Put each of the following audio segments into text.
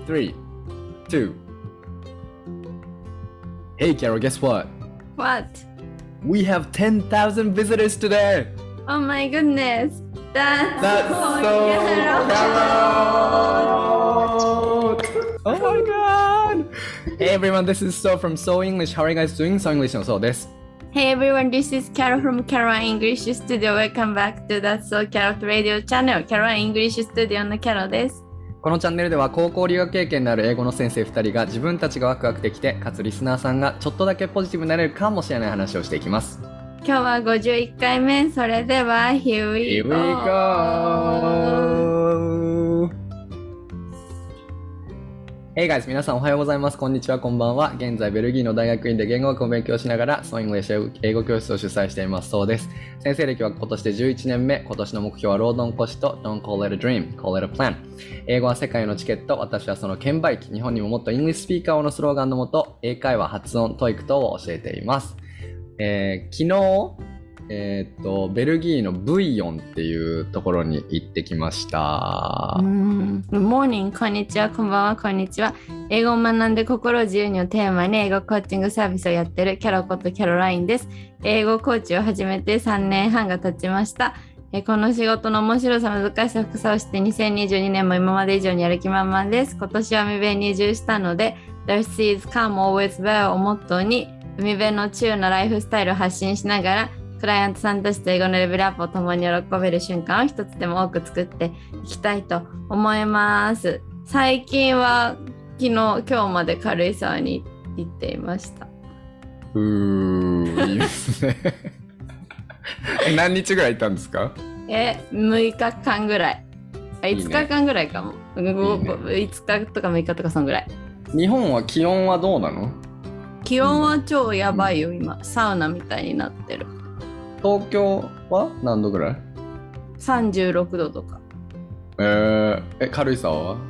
3, 2. Hey Carol, guess what? What? We have 10,000 visitors today! Oh my goodness. That's so Carol! Oh my god! Hey everyone, this is So from So English. How are you guys doing? So English のそうです。 Hey everyone, this is Carol from Carol English Studio. Welcome back to That's So Carol Radio Channel. Carol English Studio の Carol です。 このチャンネルでは高校留学経験のある英語の先生2人が自分たちがワクワクできて、かつリスナーさんがちょっとだけポジティブになれるかもしれない話をしていきます。 今日は51回目。それでは Here we go!Hey guys! 皆さんおはようございます。こんにちは、こんばんは。現在ベルギーの大学院で言語学を勉強しながら So English 英語教室を主催していますそうです。先生歴は今年で11年目。今年の目標はロードン講師と Don't call it a dream, call it a plan。英語は世界のチケット。私はその券売機。日本にももっと English スピーカーをのスローガンのもと、英会話、発音、TOEIC 等を教えています。昨日ベルギーのブイヨンっていうところに行ってきました。 Good morning、こんにちは、こんばんは、こんにちは。英語を学んで心を自由にをテーマに英語コーチングサービスをやってるキャロことキャロラインです。英語コーチを始めて3年半が経ちました。この仕事の面白さ、難しさ、深さを知って2022年も今まで以上にやる気満々です。今年は海辺に移住したので There is come always well をモットーに海辺のチューなライフスタイルを発信しながらクライアントさんたちと英語のレベルアップを共に喜べる瞬間を一つでも多く作っていきたいと思います。最近は昨日今日まで軽井沢に行っていました。 いいですね何日ぐらい行ったんですか ？6日間ぐらい。5日間ぐらいかも。いいね、5日とか6日とかそんぐらい。 日本は気温はどうなの？ 気温は超やばいよ今。サウナみたいになってる。 東京は何度ぐらい ？36度とか。 軽井沢は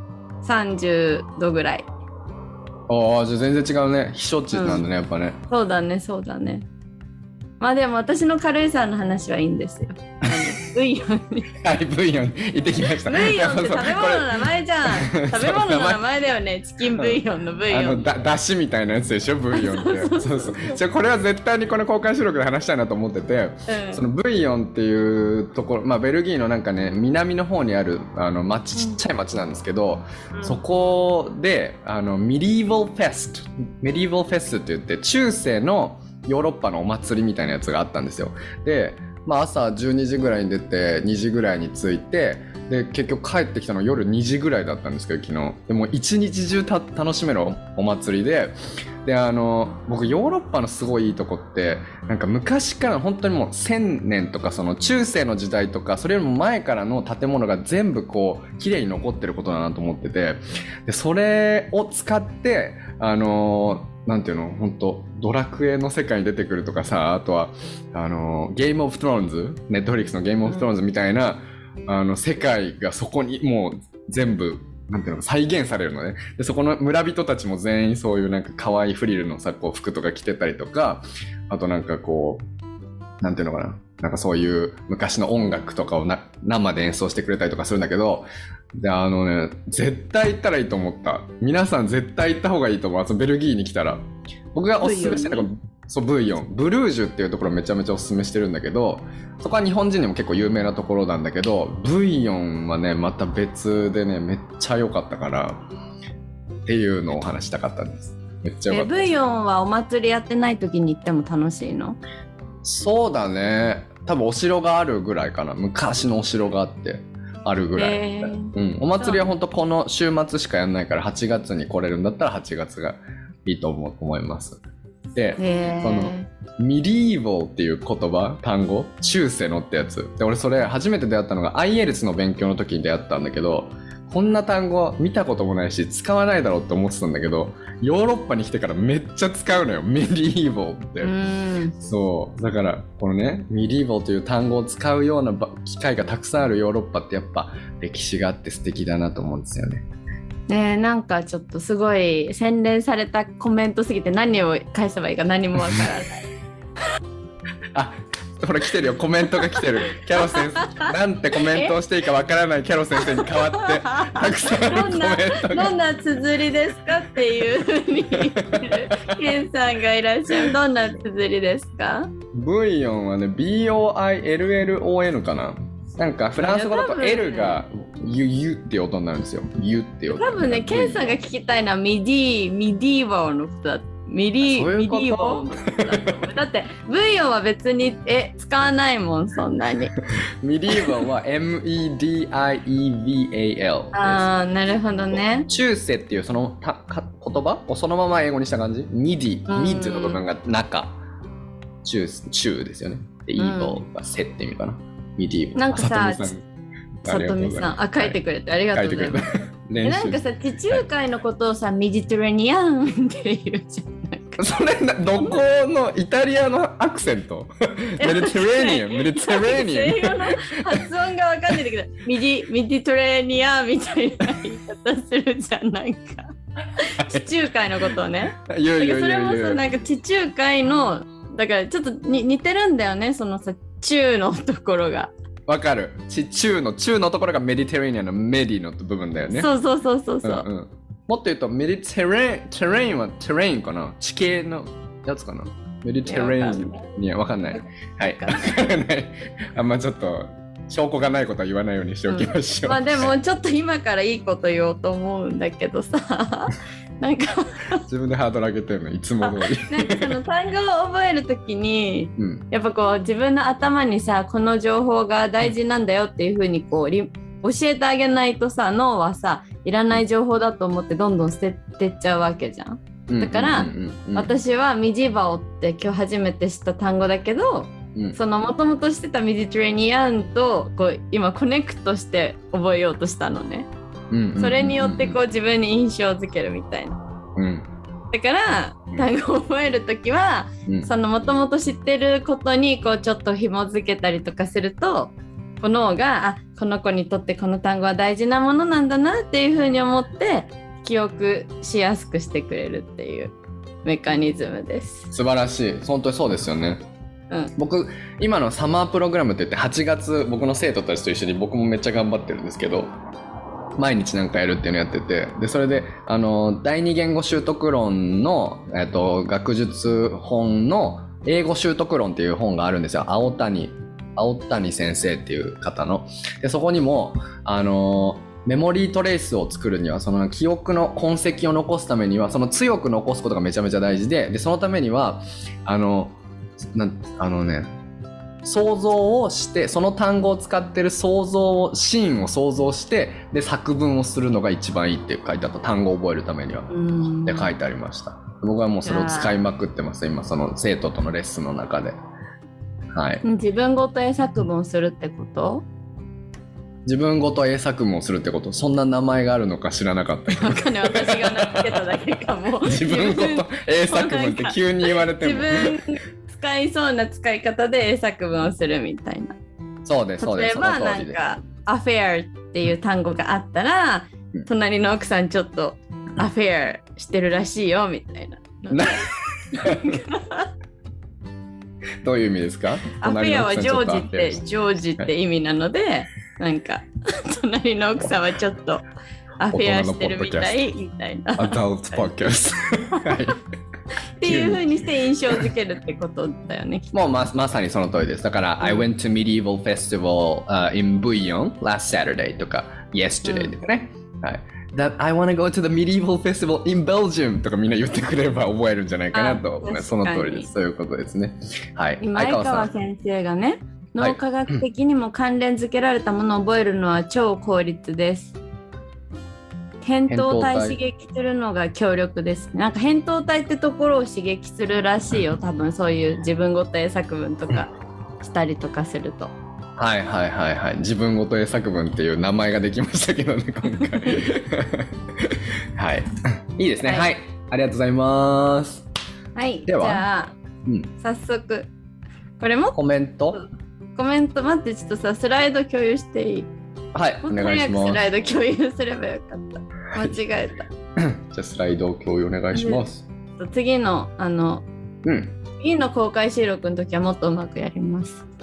30度ぐらい。 ああ、じゃあ全然違うね。避暑地なんだね、やっぱね。 そうだね、そうだね。まあでも私の軽井沢の話はいいんですよ。ブイヨンにはい、ブイヨン行ってきました。 ブイヨンって食べ物の名前じゃん。食べ物の名前だよね。チキンブイヨンのブイヨン。 だしみたいなやつでしょ、ブイヨンって。そうそう。じゃあこれは絶対にこの公開収録で話したいなと思ってて、そのブイヨンっていうところ、まあベルギーのなんかね、南の方にある町、ちっちゃい町なんですけど、そこでメディーバルフェストって言って中世のヨーロッパのお祭りみたいなやつがあったんですよ。で、まあ、朝12時ぐらいに出て2時ぐらいに着いて、で結局帰ってきたの夜2時ぐらいだったんですけど、昨日でも一日中楽しめる お祭りで、僕ヨーロッパのすごいいいとこってなんか昔から本当にもう1000年とかその中世の時代とかそれよりも前からの建物が全部こう綺麗に残ってることだなと思ってて、でそれを使ってなんていうの、本当ドラクエの世界に出てくるとかさ、あとはゲームオブスローンズ、ネットフリックスのゲームオブスローンズみたいな、世界がそこにもう全部なんていうの再現されるのね。でそこの村人たちも全員そういうなんか可愛いフリルのさこう服とか着てたりとか、あとなんかこうなんていうのかな、なんかそういう昔の音楽とかを生で演奏してくれたりとかするんだけど、で絶対行ったらいいと思った。皆さん絶対行った方がいいと思う。ベルギーに来たら。僕がおすすめしてるのがブイヨン、ブルージュっていうところめちゃめちゃおすすめしてるんだけど、そこは日本人にも結構有名なところなんだけど、ブイヨンはねまた別でねめっちゃ良かったからっていうのを話したかったんです。めっちゃ良かった。 ブイヨンはお祭りやってない時に行っても楽しいの？ そうだね、多分お城があるぐらいかな。昔のお城があってあるぐらい、お祭りは本当この週末しかやんないから、8月に来れるんだったら8月がいいと思います。で、そのミディーボルっていう単語、中世のってやつで、俺それ初めて出会ったのが IELTS の勉強の時に出会ったんだけど、こんな単語見たこともないし使わないだろうって思ってたんだけど、ヨーロッパに来てからめっちゃ使うのよ、メディーボルって。そうだからこのねメディーボルという単語を使うような機会がたくさんあるヨーロッパってやっぱ歴史があって素敵だなと思うんですよね。 なんかちょっとすごい洗練されたコメントすぎて何を返せばいいか何もわからないほら来てるよ、コメントが来てる。キャロ先生、なんてコメントをしていいかわからないキャロ先生に代わってたくさんのコメントが。 どんな綴りですかっていうふうに言ってるケンさんがいらっしゃる。どんな綴りですか？ ブイヨンはね、BOILLON かな。なんかフランス語だと L がユっていう音になるんですよ。ユっていう音。 多分ね、ケンさんが聞きたいのはミディーバーのことだ。ミディーバーのことだと思う。だってブイヨンは別に使わないもん、そんなに。 ミディーバルは MEDIEVAL です。 ああ、なるほどね。 中世っていうその言葉をそのまま英語にした感じ。ミディ、ミッドの部分が中。中ですよね。で、イーボーがセって意味かな。ミディーバル。 なんかさ、さとみさん、書いてくれてありがとうございます。なんかさ、地中海のことをさ、メディテラニアンって言うじゃん。 それどこのイタリアのアクセント？メディテラニアン、メディテラニアン。 英語の発音がわかんないんだけど、メディテラニアンみたいな言い方するじゃん、なんか。地中海のことをね。それもさ、なんか地中海の、だからちょっと似てるんだよね、そのさ、中のところが。 わかる。中のところがメディテラニアンのメディの部分だよね。 そう。 もっと言うとメディテレインはテレインかな、地形のやつかな。メディテレインにはわかんない。はい。わかんない。あんまちょっと証拠がないことは言わないようにしておきましょう。 まあでもちょっと今からいいこと言おうと思うんだけどさ、なんか自分でハードル上げてるのいつも通り。 なんかその単語を覚えるときに、やっぱこう自分の頭にさ、この情報が大事なんだよっていうふうにこう教えてあげないとさ、脳はさ、いらない情報だと思ってどんどん捨ててっちゃうわけじゃん。だから、私はミジバオって今日初めて知った単語だけど、そのもともとしてたメディテラニアンとこう今コネクトして覚えようとしたのね。それによってこう自分に印象づけるみたいな。だから単語を覚えるときは、そのもともと知ってることにこうちょっと紐づけたりとかすると、脳がこの子にとってこの単語は大事なものなんだなっていうふうに思って記憶しやすくしてくれるっていうメカニズムです。 素晴らしい。本当にそうですよね。僕今のサマープログラムって言って8月僕の生徒たちと一緒に僕もめっちゃ頑張ってるんですけど、毎日なんかやるっていうのやってて、でそれで第二言語習得論の、学術本の英語習得論っていう本があるんですよ。青谷先生っていう方の。でそこにもメモリートレースを作るには、その記憶の痕跡を残すためには、その強く残すことがめちゃめちゃ大事で、そのためには想像をして、その単語を使ってるシーンを想像して、で作文をするのが一番いいって書いてあった。単語を覚えるためにはで書いてありました。僕はもうそれを使いまくってます今、その生徒とのレッスンの中で。はい、 自分ごと英作文をするってこと？ 自分ごと英作文をするってこと？そんな名前があるのか知らなかった。 わかんない、私が名付けただけかも。 自分ごと英作文って急に言われても。 自分使いそうな使い方で英作文をするみたいな。 そうですそうです。 例えばなんかアフェアっていう単語があったら、隣の奥さんちょっとアフェアしてるらしいよみたいな。 どういう意味ですか？ アフェアはジョージって意味なので、なんか隣の奥さんはちょっとアフェアしてるみたいみたいな。 アダルトポッドキャスト。はい。 っていう風にして印象づけるってことだよね。 もうまさにその通りです。だから、I went to medieval festival、in Bouillon last Saturday とか yesterday とかね。はい。That I want to go to the medieval festival in Belgium とかみんな言ってくれれば覚えるんじゃないかなと、その通りです。そういうことですね。はい。 今相川先生がね、脳科学的にも関連づけられたものを覚えるのは超効率です。扁桃体刺激するのが強力です。なんか扁桃体ってところを刺激するらしいよ。多分そういう自分ごと英作文とかしたりとかすると。 はいはいはいはい。自分ごと英作文っていう名前ができましたけどね、今回。はい。いいですね。はい。ありがとうございます。 はい。では、じゃあ、早速。これもコメント待って、ちょっとさ、スライド共有していい？ はい、お願いします。 スライド共有すればよかった。間違えた。 じゃあスライドを共有お願いします。 次の次の公開収録の時はもっとうまくやります。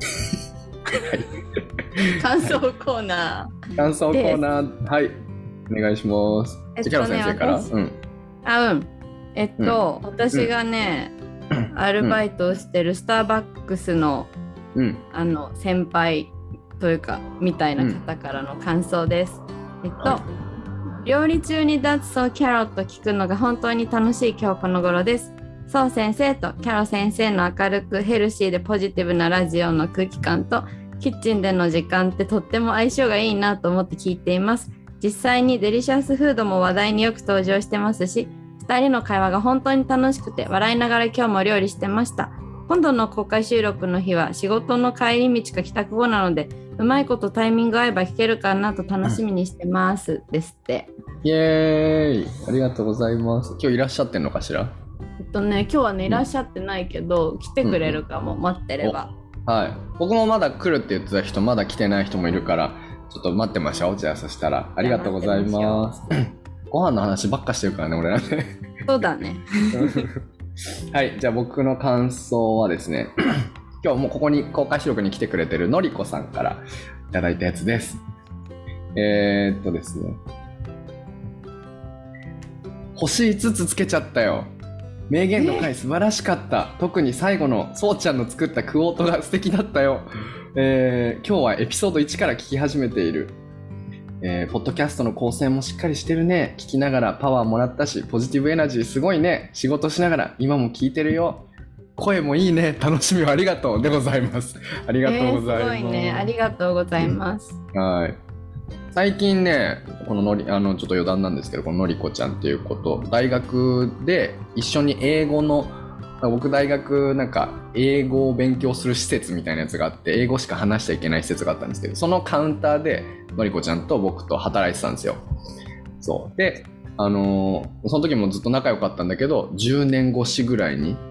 感想コーナー。 感想コーナー、はい。お願いします。キャロ先生から。 私がね、アルバイトをしてるスターバックスの、先輩というかみたいな方からの感想です。料理中に That's so Carol と聞くのが本当に楽しい今日この頃です。そう先生とキャロ先生の明るくヘルシーでポジティブなラジオの空気感とキッチンでの時間ってとっても相性がいいなと思って聞いています。実際にデリシャスフードも話題によく登場してますし、2人の会話が本当に楽しくて笑いながら今日も料理してました。今度の公開収録の日は仕事の帰り道か帰宅後なので、うまいことタイミング合えば聞けるかなと楽しみにしてますですって。 イエーイ、ありがとうございます。今日いらっしゃってんのかしら？ 今日はねいらっしゃってないけど、来てくれるかも、待ってれば。 はい、僕もまだ来るって言ってた人、まだ来てない人もいるからちょっと待ってましょう。じゃあそしたらありがとうございます。ご飯の話ばっかしてるからね、俺らね。 そうだね。 はい、じゃあ僕の感想はですね、今日もうここに公開収録に来てくれてるのりこさんからいただいたやつです。ですね、星5つつけちゃったよ。名言の回素晴らしかった。特に最後のそうちゃんの作ったクオートが素敵だったよ。今日はエピソード1から聞き始めている。ポッドキャストの構成もしっかりしてるね。聞きながらパワーもらったし、ポジティブエナジーすごいね。仕事しながら今も聞いてるよ。声もいいね。楽しみをありがとうでございます。ありがとうございます。 すごいね。ありがとうございます。 はい。最近ね、このちょっと余談なんですけど、こののりこちゃんっていう子と大学で一緒に英語の、僕大学なんか英語を勉強する施設みたいなやつがあって、英語しか話しちゃいけない施設があったんですけど、そのカウンターでのりこちゃんと僕と働いてたんですよ。そうで、その時もずっと仲良かったんだけど、10年越しぐらいに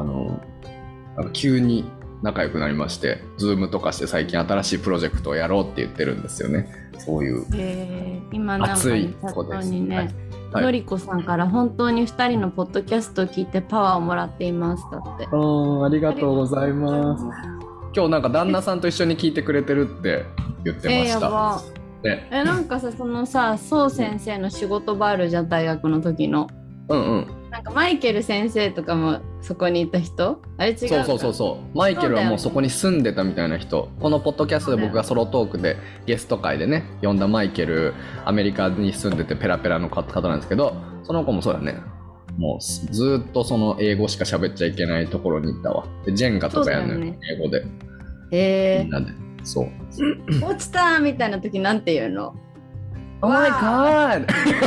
急に仲良くなりまして、ズームとかして最近新しいプロジェクトをやろうって言ってるんですよね。そういう今なんかチャットにね、のりこさんから本当に2人のポッドキャストを聞いてパワーをもらっていますだって。 ありがとうございます。今日なんか旦那さんと一緒に聞いてくれてるって言ってました。 やば。なんかさ、そのさ、そう先生の仕事場あるじゃん、大学の時の。なんかマイケル先生とかもそこにいた人？あれ違うか？そうマイケルはもうそこに住んでたみたいな人。このポッドキャストで僕がソロトークでゲスト会でね呼んだマイケル、アメリカに住んでてペラペラの方なんですけど、その子もそうだね、もうずっとその英語しか喋っちゃいけないところに行ったわ。でジェンガとかやるのよ、英語で。みんなで。そう落ちたみたいな時なんて言うの？ Oh my god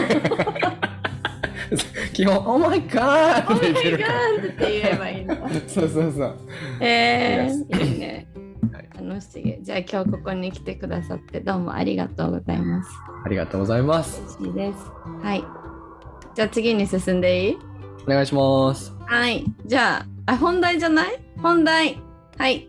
基本 Oh my god って言えばいいの。 そういいね、楽しい。じゃあ今日ここに来てくださってどうもありがとうございます。 ありがとうございます。 嬉しいです。はい、じゃあ次に進んでいい？ お願いします。 はい、じゃあ本題じゃない？本題。はい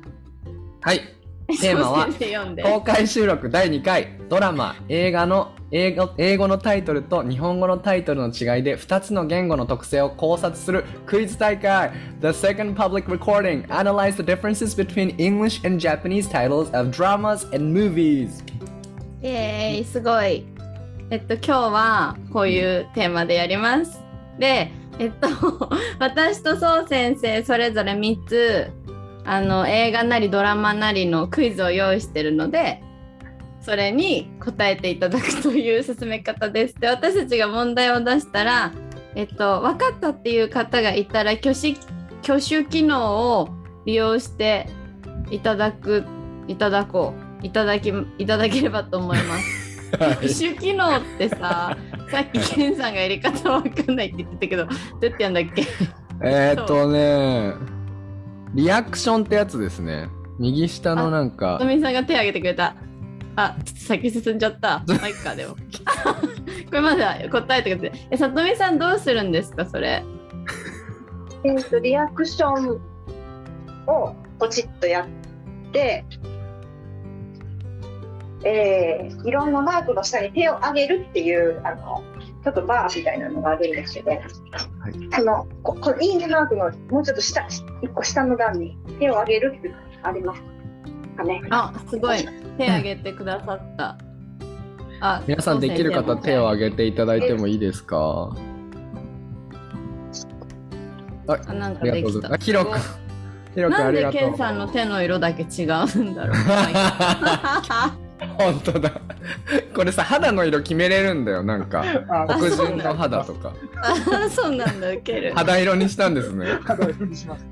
テーマは公開収録第2回ドラマ映画の英語のタイトルと日本語のタイトルの違いで2つの言語の特性を考察するクイズ大会 The second public recording Analyze the differences between English and Japanese titles of dramas and movies。 すごい。今日はこういうテーマでやります。で私とそう先生それぞれ3つ映画なりドラマなりのクイズを用意してるので、それに答えていただくという進め方です。で、私たちが問題を出したら、分かったっていう方がいたら挙手機能を利用していただければと思います。挙手機能ってさっきケンさんがやり方わかんないって言ってたけど、どうやってやんだっけ？ リアクションってやつですね。右下のなんか。 さとみさんが手を挙げてくれた。ちょっと先進んじゃった。まあ、いっか、でも。これまだ答えてくれて。さとみさんどうするんですか、それ。 リアクションをポチッとやって、いろんなマークの下に手を挙げるっていうちょっとバーみたいなのがあるんですけど、このいいねマークのもうちょっと1個下の段に手を挙げるってあります。 かね。 あ、すごい。手挙げてくださった。あ、 皆さんできる方手を挙げていただいてもいいですか？ あ、なんかできた。 ヒロ君。 なんでケンさんの手の色だけ違うんだろう。 本当だ。これさ、肌の色決めれるんだよ。なんか黒人の肌とか。 あ、そうなんだ。ウケる。 肌色にしたんですね。 肌色にしました。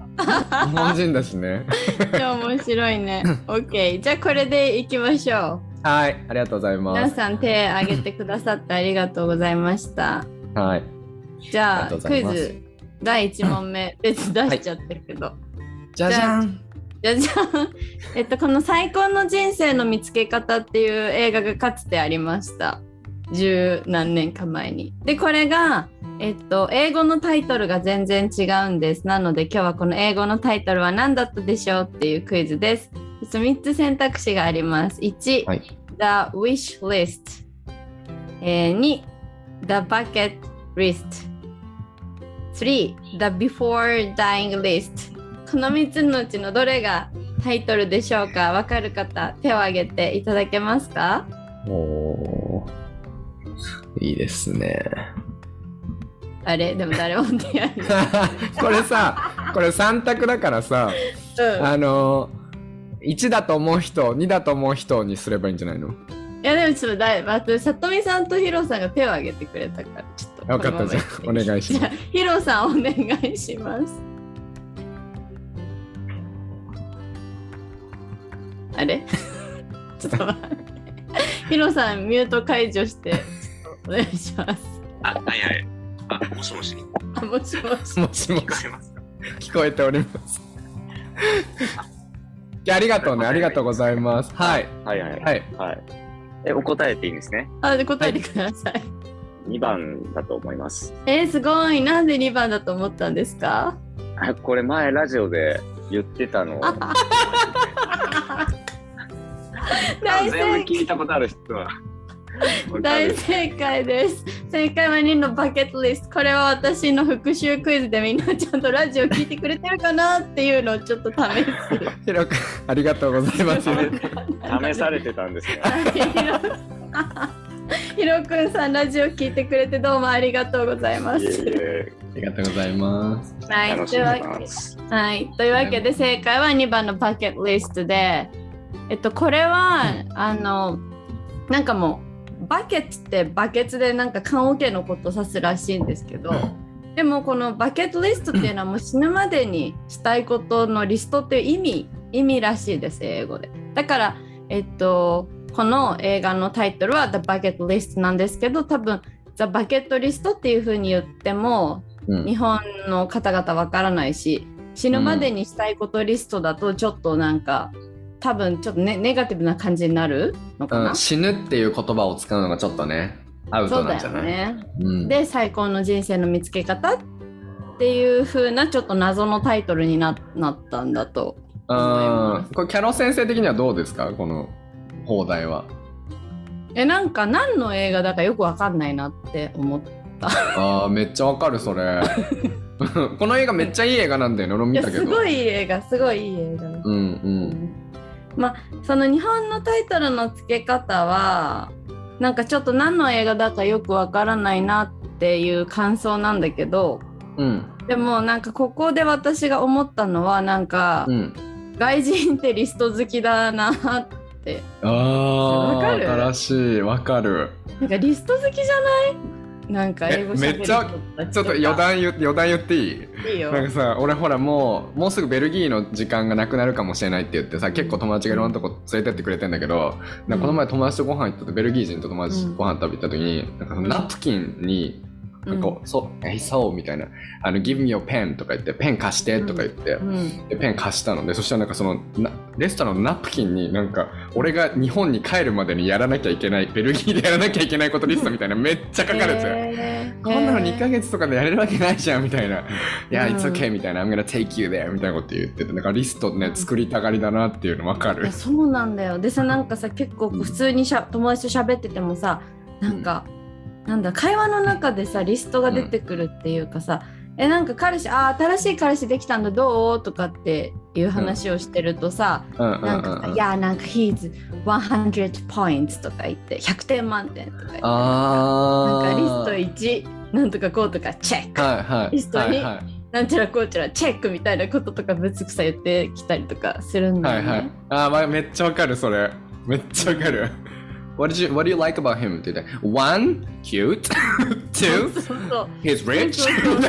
日本人だしね。 面白いね。OK。じゃあこれでいきましょう。はい、ありがとうございます。 皆さん手挙げてくださってありがとうございました。 はい。 じゃあクイズ第1問目出しちゃってるけど。 じゃじゃん。 じゃじゃん。この最高の人生の見つけ方っていう映画がかつてありました。十何年か前に。で、これが、英語のタイトルが全然違うんです。なので今日はこの英語のタイトルは何だったでしょうっていうクイズです。3つ選択肢があります。1、 はい、 The Wish List。2、The Bucket List。3、The Before Dying List。この3つのうちのどれがタイトルでしょうか？わかる方、手を挙げていただけますか？ おー、いいですね。 あれでも誰も手挙げこれさ、これ3択だからさ、1だと思う人、2だと思う人にすればいいんじゃないの？ いやでもちょっとさとみさんとヒロさんが手を挙げてくれたからちょっと分かったじゃん、お願いします。 ヒロさんお願いします。あれちょっと待って。ヒロさんミュート解除してお願いします。 はい。もしもし。 もしもし。 もしもし。 聞こえますか？ 聞こえております。ありがとうね、ありがとうございます。はい。 はい。お答えていいんですね。 で答えてください。 2番だと思います。 すごい。なんで2番だと思ったんですか？ これ前ラジオで言ってたの。全部聞いたことある人は。 大正解です。正解は2のバケットリスト。これは私の復習クイズでみんなちゃんとラジオ聞いてくれてるかなっていうのをちょっと試す。 ヒロ君ありがとうございます。 試されてたんですね。 ヒロ君さんラジオ聞いてくれてどうもありがとうございます。 ありがとうございます。 はい、というわけで正解は2番のバケットリストで、これはなんかもうバケツってバケツでなんか棺桶のことを指すらしいんですけど、でもこのバケットリストっていうのはもう死ぬまでにしたいことのリストっていう意味らしいです、英語で。だからこの映画のタイトルは The Bucket List なんですけど、多分 The Bucket List っていう風に言っても、日本の方々わからないし、死ぬまでにしたいことリストだとちょっとなんか多分ちょっとネガティブな感じになるのかな、 死ぬっていう言葉を使うのがちょっとねアウトなんじゃない？ そうだよね、で最高の人生の見つけ方っていう風なちょっと謎のタイトルになったんだと思います。 これキャロ先生的にはどうですか、この放題は？ なんか何の映画だかよくわかんないなって思った。 めっちゃわかるそれ。この映画めっちゃいい映画なんだよね、俺も見たけど。 すごいいい映画、すごいいい映画。まあその日本のタイトルの付け方はなんかちょっと何の映画だかよくわからないなっていう感想なんだけど、でもなんかここで私が思ったのはなんか、外人ってリスト好きだなって。わかる？ 新しい、わかる。 なんかリスト好きじゃない？なんか英語めっちゃちょっと余談言っていい？ いいよ。 なんかさ、俺ほらもうすぐベルギーの時間がなくなるかもしれないって言ってさ、結構友達がいろんなとこ連れてってくれてんだけど、なんかこの前友達とご飯行ったと、ベルギー人と友達とご飯食べ行った時に、なんかそのナプキンになんかそうみたいな、give me your pen とか言って、ペン貸してとか言って、でペン貸したので、そしたらなんかそのレストランのナプキンになんか俺が日本に帰るまでにやらなきゃいけない、ベルギーでやらなきゃいけないことリストみたいなめっちゃ書かれて、こんなの2ヶ月とかでやれるわけないじゃんみたいな、いや、it's okay みたいな、I'm gonna take you there みたいなこと言ってて、なんかリストね作りたがりだなっていうの分かる。 そうなんだよ。でさ、なんかさ、結構普通に友達と喋っててもさ、なんか、なんだ会話の中でさリストが出てくるっていうかさ、 なんか彼氏新しい彼氏できたんだどうとかっていう話をしてるとさ、なんかいやなんか he's 100 points とか言って100点満点とか言ってなんかリスト1なんとかこうとかチェック、リスト2、なんちゃらこうちゃらチェックみたいなこととかぶつくさ言ってきたりとかするんだよね。 めっちゃわかるそれ。めっちゃわかる。What do you like about him? って言って One, cute. Two, he's rich.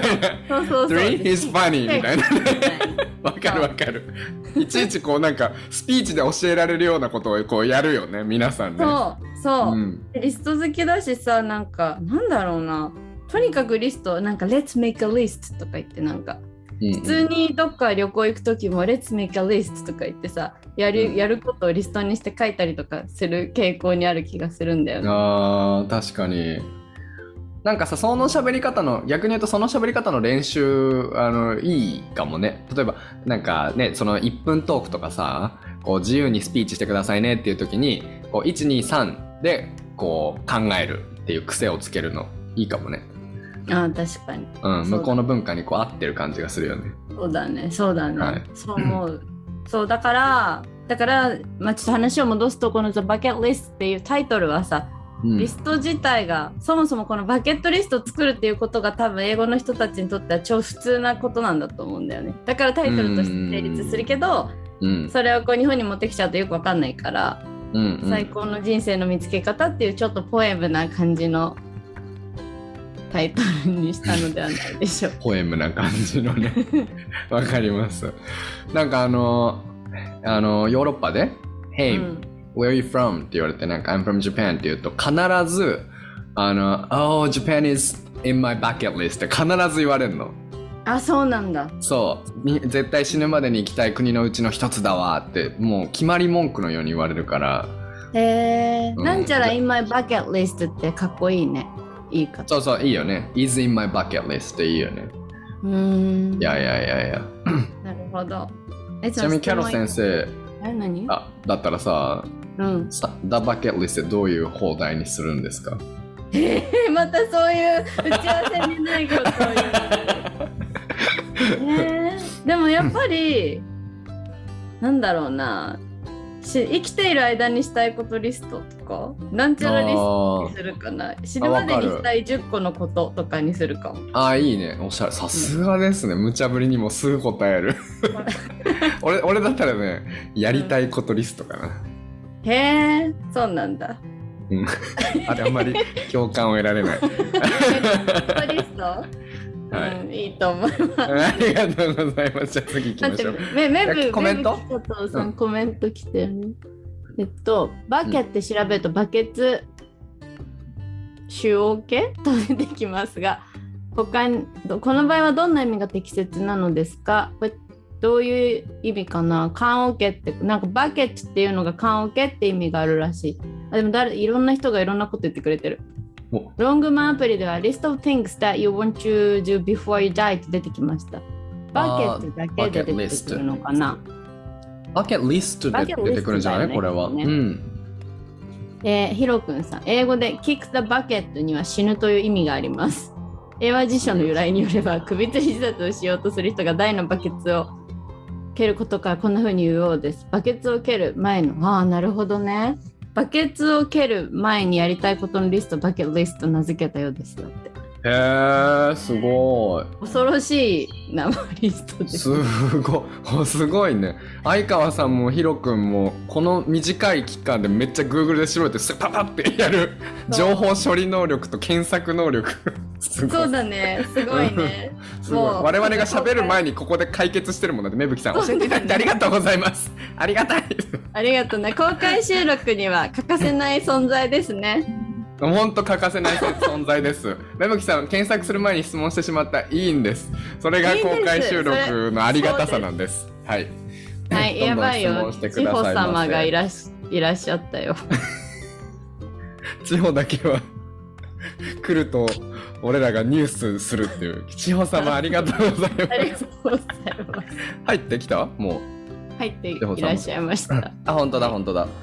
3, he's funny. みたいな。わかるわかる。いちいちこうなんかスピーチで教えられるようなことをこうやるよね、皆さんね。 そう、リスト好きだしさ、なんかなんだろうな、とにかくリストなんか Let's make a list とか言ってなんか普通にどっか旅行行くときも Let's make a list とか言ってさやることをリストにして書いたりとかする傾向にある気がするんだよね。 確かに。なんかさ、その喋り方の逆に言うとその喋り方の練習いいかもね。例えばなんかね、その1分トークとかさ、こう自由にスピーチしてくださいねっていう時にこう123でこう考えるっていう癖をつけるのいいかもね。 確かに、 向こうの文化にこう合ってる感じがするよね。 そうだね、そう思う。そうだからまあちょっと話を戻すと、この The Bucket List っていうタイトルはさ、リスト自体がそもそもこのバケットリストを作るっていうことが多分英語の人たちにとっては超普通なことなんだと思うんだよね。だからタイトルとして成立するけど、それをこう日本に持ってきちゃうとよくわかんないから、最高の人生の見つけ方っていうちょっとポエムな感じのタイトルにしたのではないでしょう。 ポエムな感じのね。わかります。なんかヨーロッパで Hey、where are you from? って言われて、なんか I'm from Japan って言うと必ずOh, Japan is in my bucket list って必ず言われるの。 そうなんだ。 そう絶対死ぬまでに行きたい国のうちの一つだわってもう決まり文句のように言われるから。 なんちゃら in my bucket list ってかっこいいね。いいか。 そういいよね。is in my bucket list っていいよね。いや。 なるほど。 ちなみにキャロ先生、 何？ だったらさ、The bucket list ってどういう放題にするんですか？ またそういう打ち合わせにないことを言う。でもやっぱりなんだろうな、生きている間にしたいことリストとかなんちゃらリストにするかな。死ぬまでにしたい10個のこととかにするかも。いいね、おしゃれ。さすがですね、無茶ぶりにもすぐ答える。俺だったらね、やりたいことリストかな。 そうなんだ。 あれあんまり共感を得られない。 リストいいと思います。 ありがとうございます。じゃあ次行きましょう。コメント？ コメント来てるね。バケって調べるとバケツ主桶と出てきますが、他にこの場合はどんな意味が適切なのですか？これどういう意味かな？缶桶ってなんかバケツっていうのが缶桶って意味があるらしい。でもいろんな人がいろんなこと言ってくれてる。ロングマンアプリでは List of things that you want to do before you die と出てきました。バケツだけで出てくるのかな？ バケットリストで出てくるんじゃない？これは。 ヒロくんさん、英語で kick the bucket には死ぬという意味があります。英和辞書の由来によれば、首吊り自殺をしようとする人が大のバケツを蹴ることからこんな風に言うようです。バケツを蹴る前の、なるほどね。バケツを蹴る前にやりたいことのリスト、バケットリストと名付けたようですよって。すごい。 恐ろしい名前リストです。 すごいね。相川さんもヒロ君もこの短い期間でめっちゃ Google で調べてパパってやる情報処理能力と検索能力。 そうだね。すごいね。 もう我々が喋る前にここで解決してるもんだって。芽吹さん教えていただいてありがとうございます。ありがたい。 ありがとうね。公開収録には欠かせない存在ですね。 ほんと欠かせない存在です。芽吹さん検索する前に質問してしまった。いいんです。それが公開収録のありがたさなんです。はい。 はい、やばいよ。千穂様がいらっしゃったよ。 千穂だけは来ると俺らがニュースするっていう。千穂様ありがとうございます。 ありがとうございます。 入ってきた？もう入っていらっしゃいました。 本当だ。あ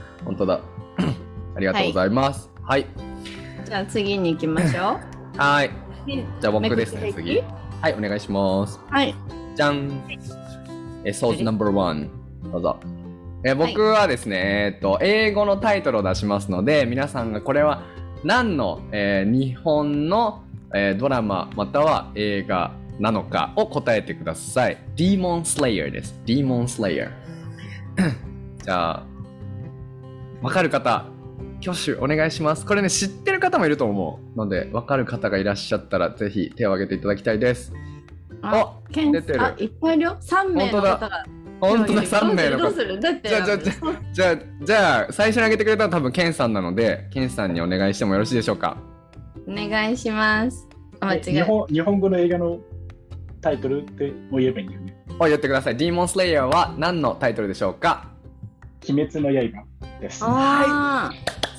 りがとうございます。はい。 じゃあ次に行きましょう。 はい。じゃあ僕ですね、次。 はい、お願いします。 はい。 じゃん。ソースナンバー1。どうぞ。僕はですね、英語のタイトルを出しますので、皆さんがこれは何の、日本の、ドラマまたは映画なのかを答えてください。Demon Slayer です。Demon Slayer。じゃあ、わかる方、挙手お願いします。これね、知ってる方もいると思うので、わかる方がいらっしゃったら、ぜひ手を挙げていただきたいです。 あ、出てる。いっぱいいるよ。3名の方が。 本当だ、3名の方。 どうする？だってじゃあ、最初に挙げてくれたのは多分ケンさんなので、ケンさんにお願いしてもよろしいでしょうか。 お願いします。 間違い。日本語の映画のタイトルってもう言えばいいんだよね。 言ってください。Demon Slayer は何のタイトルでしょうか？ 鬼滅の刃です。 はい。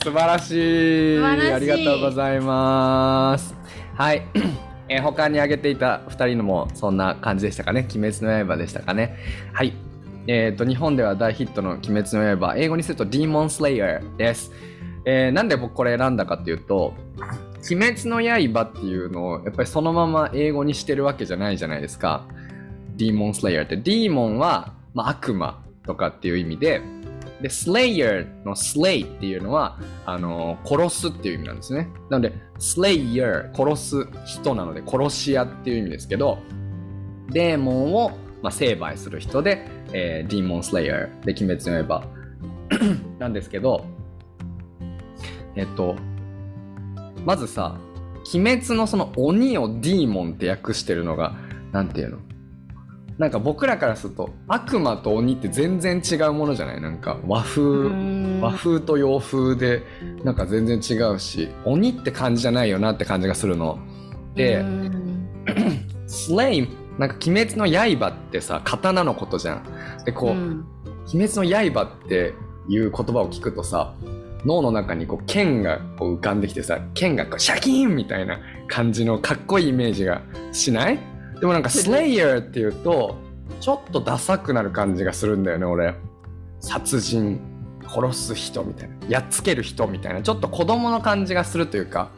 素晴らしい。ありがとうございます。はい。他に挙げていた2人のもそんな感じでしたかね。鬼滅の刃でしたかね。はい。日本では大ヒットの鬼滅の刃、英語にすると Demon Slayer です。なんで僕これ選んだかっていうと、鬼滅の刃っていうのをやっぱりそのまま英語にしてるわけじゃないじゃないですか。Demon Slayer って、Demon は、悪魔とかっていう意味で、Slayer の Slay っていうのは殺すっていう意味なんですね。なので Slayer 殺す人なので殺し屋っていう意味ですけど、デーモンを、成敗する人で、Demon Slayer で鬼滅の刃なんですけど、まずさ、鬼滅のその鬼をデーモンって訳してるのがなんていうの、なんか僕らからすると悪魔と鬼って全然違うものじゃない？なんか和風と洋風でなんか全然違うし、鬼って感じじゃないよなって感じがするので、スレイ、なんか鬼滅の刃ってさ、刀のことじゃん。でこう、鬼滅の刃っていう言葉を聞くとさ、脳の中にこう剣がこう浮かんできてさ、剣がこうシャキーンみたいな感じのかっこいいイメージがしない？でもなんかスレイヤーっていうとちょっとダサくなる感じがするんだよね、俺。殺人、殺す人みたいな、やっつける人みたいな、ちょっと子供の感じがするというか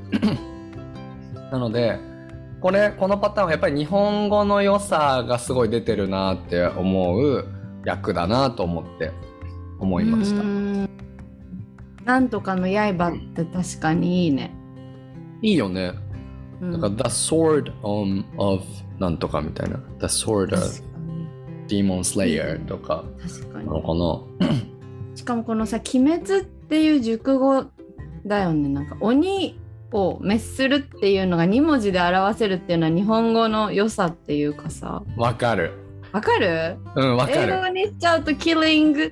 なのでこのパターンはやっぱり日本語の良さがすごい出てるなって思う役だなと思いました。 なんとかの刃って確かにいいね。 いいよね。なんか The Sword of なんとかみたいな、 The Sword of Demon Slayer とかなのかな。 しかもこのさ、鬼滅っていう熟語だよね。なんか鬼を滅するっていうのが2文字で表せるっていうのは日本語の良さっていうかさ。 わかる。 わかる？ わかる。 英語にしちゃうと Killing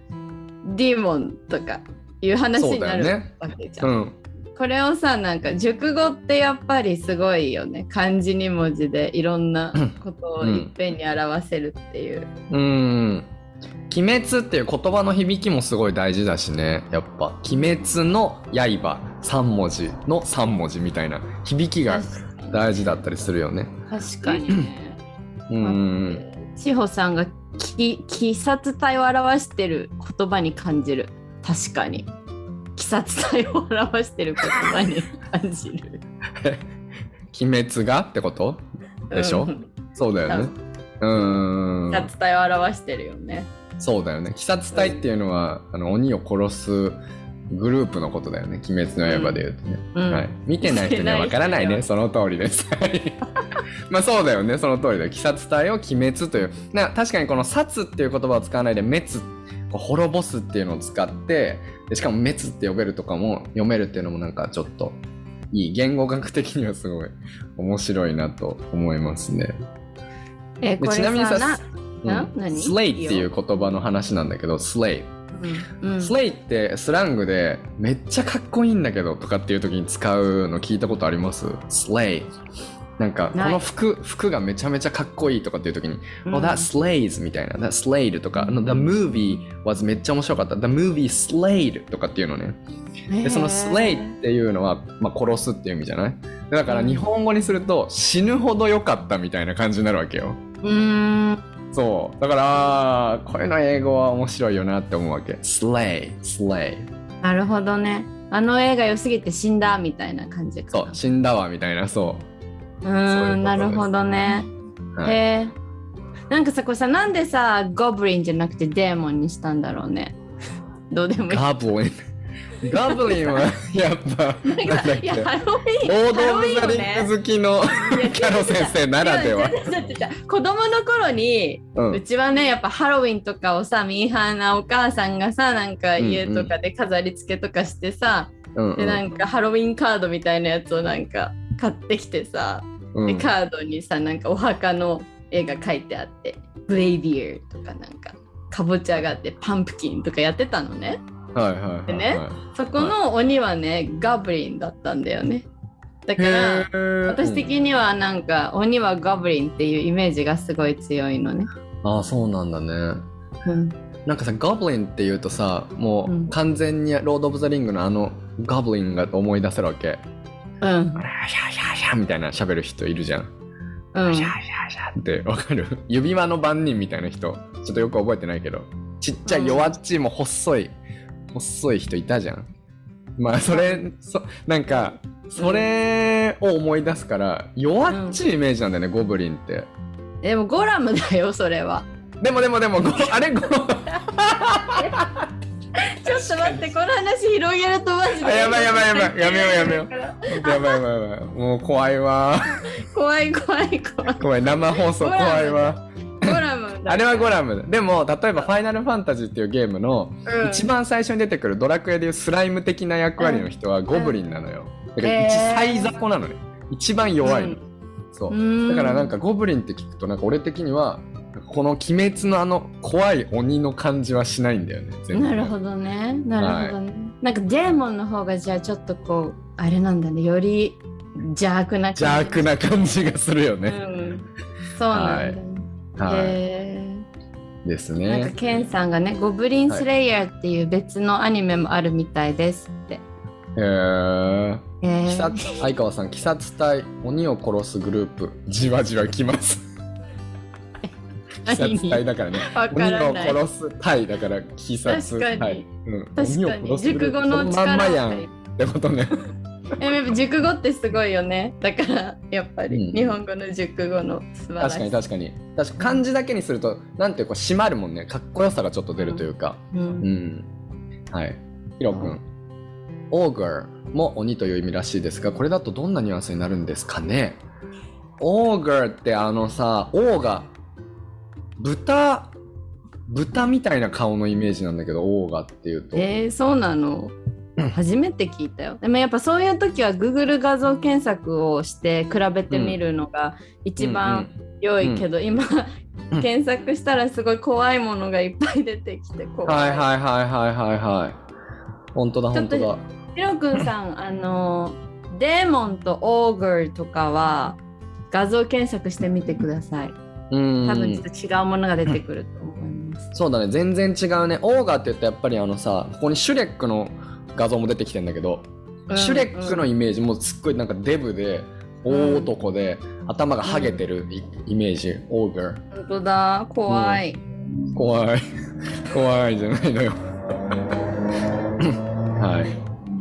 Demon とかいう話になるわけじゃん。これをさ、なんか熟語ってやっぱりすごいよね。漢字2文字でいろんなことをいっぺんに表せるっていう。 鬼滅っていう言葉の響きもすごい大事だしね。やっぱ鬼滅の刃3文字の3文字みたいな響きが大事だったりするよね。 確かにね。志保さんが鬼殺隊を表してる言葉に感じる。確かに鬼殺隊を表してる言葉に感じる鬼滅がってことでしょ、そうだよね。 鬼殺隊を表してるよね。 そうだよね。鬼殺隊っていうのは鬼を殺すグループのことだよね。鬼滅の刃で言うとね、はい、見てない人にはわからないね。その通りですそうだよね、その通りだよ。鬼殺隊を鬼滅という、確かにこの殺っていう言葉を使わないで滅、滅ぼすっていうのを使って、でしかも滅って呼べるとかも読めるっていうのもなんかちょっといい、言語学的にはすごい面白いなと思いますね。ちなみにさ、スレイっていう言葉の話なんだけど、スレイ、スレイってスラングでめっちゃかっこいいんだけどとかっていう時に使うの聞いたことあります？スレイ、なんかこの服がめちゃめちゃかっこいいとかっていう時に、Oh, that slays みたいな、that slayed とか、The movie was めっちゃ面白かった、The movie slayed とかっていうのね。でその slay っていうのは、殺すっていう意味じゃない？だから日本語にすると死ぬほど良かったみたいな感じになるわけよ。そうだからこれの英語は面白いよなって思うわけ。slay。 なるほどね。あの映画良すぎて死んだみたいな感じかな。 そう、死んだわみたいな。そうなるほどね。 はい、 へえ。なんかさ、これさ、なんでさ、ゴブリンじゃなくてデーモンにしたんだろうね。どうでもいい。 ガブリン。ガブリンはやっぱなんだっけ、 いや、ハロウィン。 ロード・オブ・ザ・リング好きのキャロ先生ならでは。 子供の頃に、うちはね、やっぱハロウィンとかをさ、ミーハーなお母さんがさ、なんか家とかで飾り付けとかしてさ、でなんかハロウィンカードみたいなやつをなんか買ってきてさ、でカードにさ、なんかお墓の絵が描いてあって、ブレイビアとかなんかかぼちゃがあってパンプキンとかやってたのね。でね、そこの鬼はね、ガブリンだったんだよね。だから私的にはなんか鬼はガブリンっていうイメージがすごい強いのね。 ああ、そうなんだね。なんかさ、ガブリンっていうとさ、もう完全にロード・オブ・ザ・リングのあのガブリンが思い出せるわけ。シャーシャーシャーみたいな喋る人いるじゃん。シャーシャーシャーってわかる？指輪の番人みたいな人、ちょっとよく覚えてないけど、ちっちゃい弱っちいも細い人いたじゃん。まあなんかそれを思い出すから弱っちいイメージなんだよね、ゴブリンって。 でもゴラムだよ、それは。 でもあれちょっと待って、この話広げるとマジでやばいやめようもう怖いわ。怖い生放送怖いわ。 ゴラムだ。 あれはゴラムだ。でも例えばファイナルファンタジーっていうゲームの一番最初に出てくるドラクエでいうスライム的な役割の人はゴブリンなのよ。だから最雑魚なのね。一番弱いの。そうだからなんかゴブリンって聞くとなんか俺的にはこの鬼滅のあの怖い鬼の感じはしないんだよね。 なるほどね。なんかデーモンの方がじゃあちょっとこうあれなんだね、より邪悪な感じがするよね。 そうなんだね。 ですね。 なんかケンさんがね、ゴブリンスレイヤーっていう別のアニメもあるみたいですって。 相川さん、鬼殺隊鬼を殺すグループじわじわきます。鬼殺隊だからね。鬼を殺す隊だから鬼殺隊。 確かに熟語の力まんまやんってことね。 熟語ってすごいよね。だからやっぱり日本語の熟語の素晴らしい。 確かに漢字だけにするとなんていうか締まるもんね。かっこよさがちょっと出るというか。はい。ヒロ君、オーガーも鬼という意味らしいですが、これだとどんなニュアンスになるんですかね。オーガーってオーガ豚みたいな顔のイメージなんだけど、オーガっていうと。 そうなの。初めて聞いたよ。でもやっぱそういう時は Google 画像検索をして比べてみるのが一番良いけど、今検索したらすごい怖いものがいっぱい出てきて怖い。本当だ。ヒロ君さん、デーモンとオーガーとかは画像検索してみてください。多分ちょっと違うものが出てくると思います。 そうだね、全然違うね。オーガーって言うとやっぱりここにシュレックの画像も出てきてんだけど、シュレックのイメージもすっごいなんかデブで大男で、頭がハゲてるイメージ、オーガー。 本当だ、怖い。 怖いじゃないのよ。はい。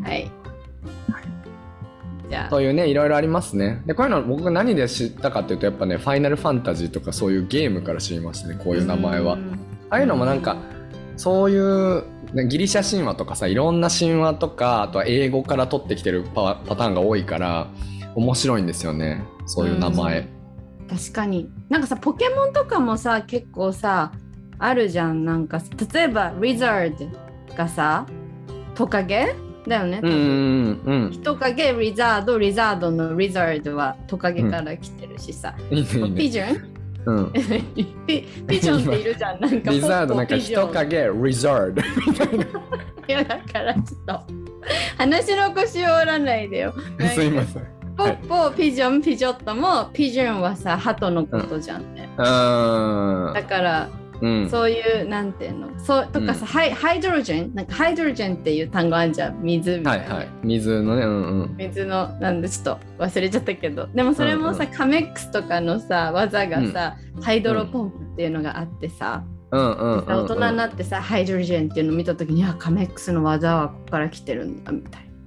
そういうね、いろいろありますね。で、こういうの僕が何で知ったかっていうと、やっぱね、ファイナルファンタジーとかそういうゲームから知りましたね、こういう名前は。ああいうのもなんか、そういうギリシャ神話とかさ、いろんな神話とか、あとは英語から取ってきてるパターンが多いから、面白いんですよね、そういう名前。 確かに。なんかさ、ポケモンとかもさ、結構さ、あるじゃん。なんか、例えば、リザードがさ、トカゲだよね。人影、リザードのリザードはトカゲから来てるしさ。ピジョンピジョンっているじゃん。なんかリザードなんか人影、リザードみたいな。いや、だからちょっと話の腰を折らないでよ。 すいません。 ポッポ、ピジョン、ピジョットもピジョンはさ、鳩のことじゃんね。だから、そういうなんていうの、そうとかさ、ハイドロジェン、なんかハイドロジェンっていう単語あるじゃん、水みたいな。 水のね、 水のなんでちょっと忘れちゃったけど、でもそれもさ、カメックスとかのさ技がさ、ハイドロポンプっていうのがあってさ、大人になってさ、ハイドロジェンっていうのを見た時に、カメックスの技はここから来てるんだみたい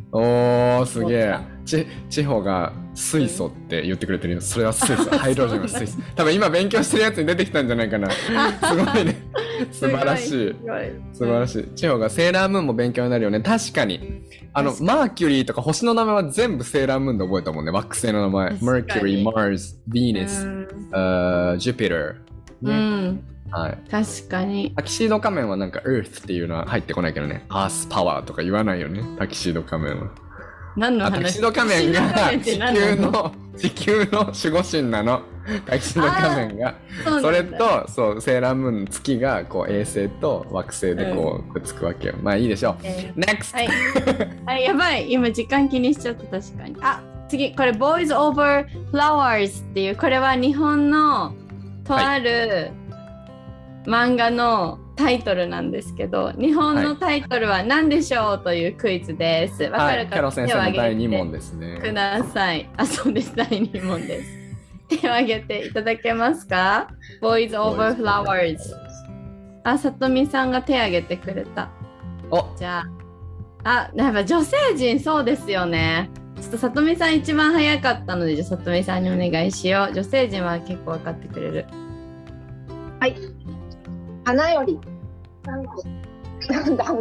おー、すげえ。地方が水素って言ってくれてるよ。それは水素。ハイドロジェンは水素。多分今勉強してるやつに出てきたんじゃないかな。すごいね。素晴らしい。素晴らしい。地方がセーラームーンも勉強になるよね。確かに。マーキュリーとか星の名前は全部セーラームーンで覚えたもんね。惑星の名前。Mercury、Mars、Venus、Jupiter。ね。はい、 確かに。 タキシード仮面はなんか Earth っていうのは入ってこないけどね。Earth Power とか言わないよね。タキシード仮面は。 何の話？ タキシード仮面が地球の守護神なの。タキシード仮面が。それとそうセーラームーンの月がこう衛星と惑星でこうくっつくわけよ。まあいいでしょう。NEXT はい、やばい。今時間気にしちゃった。確かに。次これ Boys Over Flowers っていうこれは日本のとある、漫画のタイトルなんですけど、日本のタイトルは何でしょうというクイズです。わかるか、 キャロ先生の第2問ですね。 ください。そうです。第2問です。手を挙げていただけますか？ Boys Over Flowers。さとみさんが手を挙げてくれた。じゃやっぱ女性陣そうですよね。ちょっとさとみさん一番早かったので、じゃあさとみさんにお願いしよう。女性陣は結構分かってくれる。 はい。花より団子団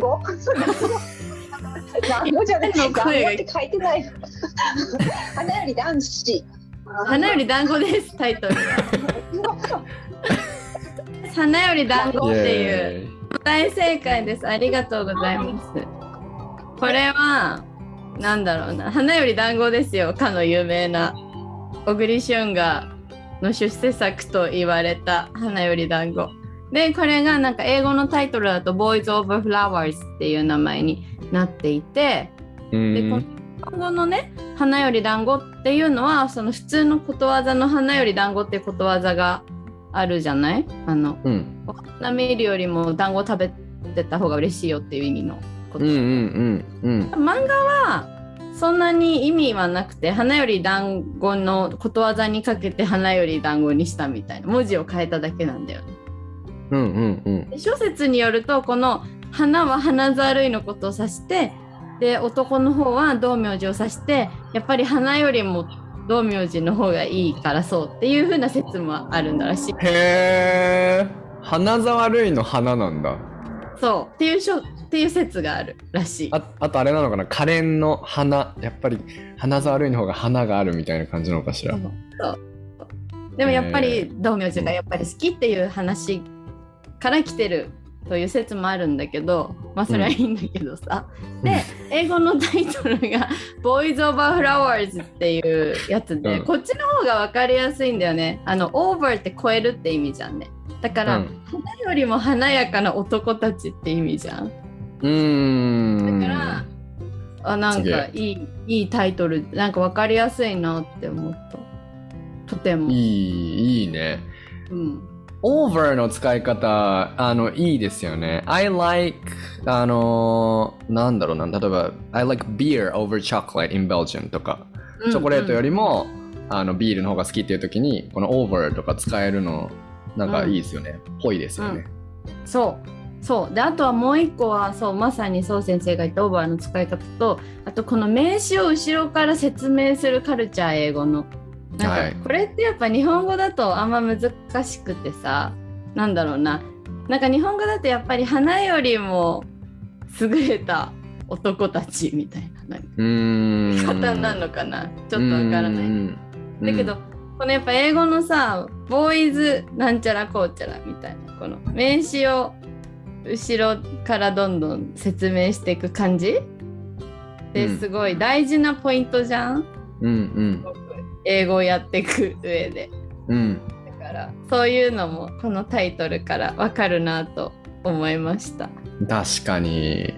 子じゃない団子って書いてない花より男子花より団子ですタイトルは花より団子っていう大正解です。ありがとうございます。これはなんだろうな、花より団子ですよ。かの有名な小栗旬がの出世作と言われた花より団子で、これがなんか英語のタイトルだと Boys Over Flowers っていう名前になっていて、でこの日本語のね花より団子っていうのはその普通のことわざの花より団子っていうことわざがあるじゃない。お花見るよりも団子食べてた方が嬉しいよっていう意味のこと。漫画はそんなに意味はなくて、花より団子のことわざにかけて花より団子にしたみたいな文字を変えただけなんだよね。諸説によるとこの花は花ざるいのことを指して、で男の方は道明寺を指して、やっぱり花よりも道明寺の方がいいからそうっていう風な説もあるんだらしい。 へー、花ざるいの花なんだ。 そうっていう説があるらしい。 あとあれなのかな、可憐の花、やっぱり花ざるいの方が花があるみたいな感じなのかしら。 そうでもやっぱり道明寺がやっぱり好きっていう話から来てるという説もあるんだけど、まあそれはいいんだけどさ、で英語のタイトルが Boys Over Flowers っていうやつで、こっちの方が分かりやすいんだよね。Over って超えるって意味じゃんね。だから、花よりも華やかな男たちって意味じゃん。だからなんかいいタイトル、なんか分かりやすいなって思った。とてもいいね。over の使い方いいですよね。I like なんだろうな、例えば I like beer over chocolate in Belgium とか、チョコレートよりもビールの方が好きっていう時にこの over とか使えるのなんかいいですよね。ぽいですよね。 そうで、あとはもう一個はまさにそう先生が言った over の使い方と、あとこの名詞を後ろから説明するカルチャー、英語のなんかこれってやっぱ日本語だとあんま難しくてさ、なんだろうな、なんか日本語だとやっぱり花よりも優れた男たちみたいな言い方なのかな、ちょっとわからないだけど、このやっぱ英語のさボーイズなんちゃらこうちゃらみたいなこの名詞を後ろからどんどん説明していく感じですごい大事なポイントじゃん。英語をやっていく上で、だからそういうのもこのタイトルからわかるなと思いました。 確かに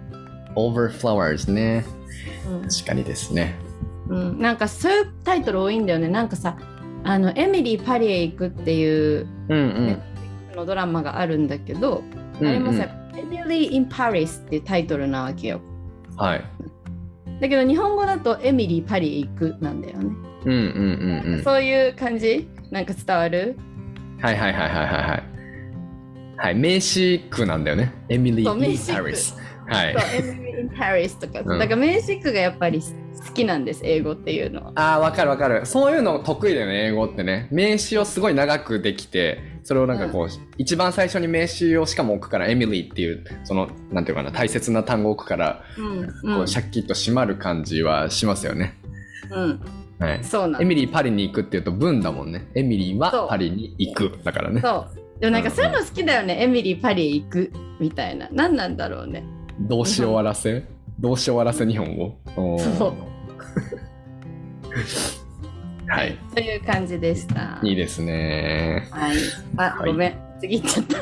Over Flowers ね、確かにですね、 なんかそういうタイトル多いんだよね。なんかさエミリー・パリへ行くっていう、のドラマがあるんだけど、あれもさ、エミリー・イン・パリスっていうタイトルなわけよ。だけど日本語だとエミリー・パリへ行くなんだよね。そういう感じなんか伝わる？はい、 名詞句なんだよね。エミリー・イン・パリス。 エミリー・イ in Paris とか、だからメーシックがやっぱり好きなんです、英語っていうのは。 ああ、わかるわかる。そういうの得意だよね、英語ってね。名詞をすごい長くできて、それをなんかこう、一番最初に名詞をしかも置くから、エミリーっていう、その、なんていうかな、大切な単語を置くから、こうシャッキッと締まる感じはしますよね。はい、 そうなんエミリーパリに行くっていうと文だもんね。エミリーはパリに行くだからね。 そう。でもなんかそういうの好きだよね、エミリーパリへ行くみたいな。何なんだろうね。 動詞終わらせ動詞終わらせ日本語。そう。はい。 という感じでした。 いいですね。 はい。あ、ごめん。次行っちゃった。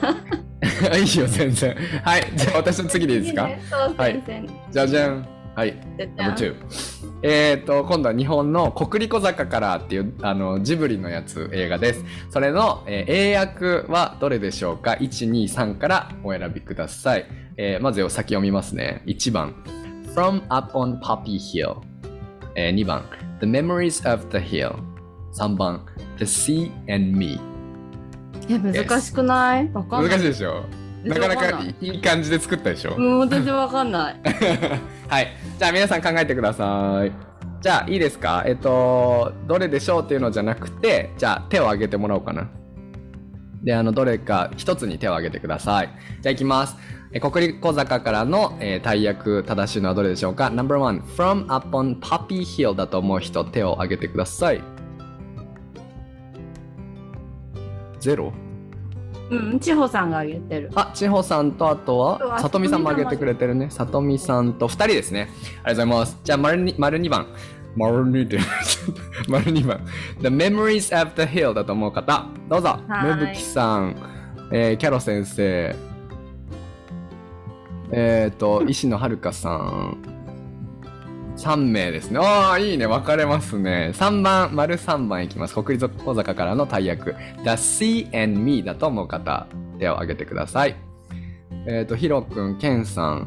いいよ、全然。はい。じゃあ私の次でいいですか？はい。じゃじゃん。はい。Number 2。今度は日本の国立小坂からっていうジブリのやつ映画です。それの、英訳はどれでしょうか？ 1、2、3からお選びください。まず先読みますね。1番 From Up on Poppy Hill、2番 The Memories of the Hill、 3番 The Sea and Me。 難しくない？わかんない。 難しいでしょ。なかなかいい感じで作ったでしょ。 もう全然わかんない。 はい。じゃあ皆さん考えてください。じゃあいいですか？どれでしょうっていうのじゃなくて、じゃあ手を挙げてもらおうかな。で、どれか一つに手を挙げてください。じゃあいきます。国立小坂からの、大役正しいのはどれでしょうか？ No.1 From Up on Poppy Hill だと思う人、手を挙げてください。0？ 千穂さんが挙げてる。 あ、千穂さんとあとはさとみさんも挙げてくれてるね。さとみさんと2人ですね。ありがとうございます。じゃあ丸2番。丸2番。The Memories of the Hill だと思う方、どうぞ。めぶきさん、キャロ先生、石野遥さん、3名ですね。ああ、いいね。分かれますね。3番、丸3番いきます。国立小坂からの大役。The Sea and Me だと思う方、手を挙げてください。ひろくん、けんさん、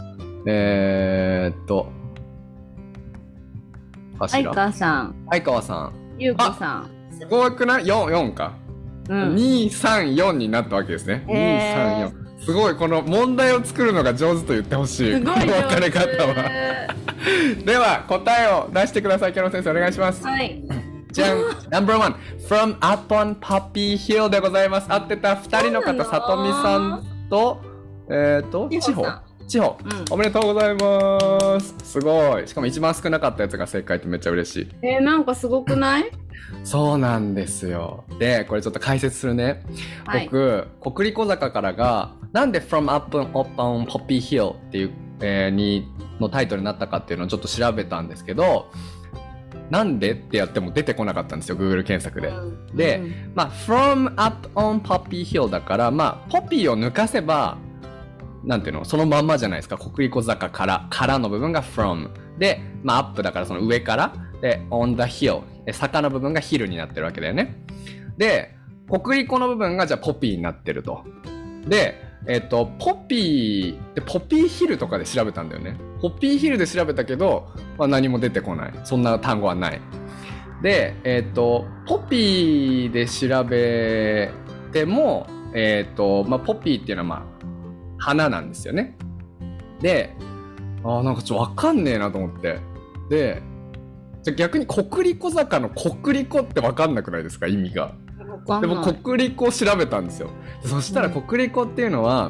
相川さん。 相川さん。 ゆうこさん。 すごくない？ 4か。2、3、4になったわけですね。2、3、4。すごい、この問題を作るのが上手と言ってほしい。 すごい上手。 分かれ方は。では、答えを出してください。キャロ先生、お願いします。 はい。 じゃん。No.1 From Up on Poppy Hill でございます。合ってた2人の方、さとみさんと、千穂、おめでとうございます。すごい。しかも一番少なかったやつが正解ってめっちゃ嬉しい。 なんかすごくない？ そうなんですよ。で、これちょっと解説するね。はい、僕、国立小坂からが、なんで From Up on Poppy Hill っていう、のタイトルになったかっていうのをちょっと調べたんですけど、なんでってやっても出てこなかったんですよ、Google 検索で。で、From Up on Poppy Hill だから、ポピーを抜かせば、なんていうの、そのまんまじゃないですか。国立小坂からの部分が from で、アップだからその上からで on the hill、 坂の部分がヒルになってるわけだよね。で、国立の部分がじゃあポピーになってると。で、ポピーヒルとかで調べたんだよね。ポピーヒルで調べたけど、何も出てこない。そんな単語はない。で、ポピーで調べても、ポピーっていうのは花なんですよね。で、なんかちょっとわかんねえなと思って。で、じゃ逆に国立小坂の国立ってわかんなくないですか、意味が。でも国立を調べたんですよ。そしたら国立っていうのは、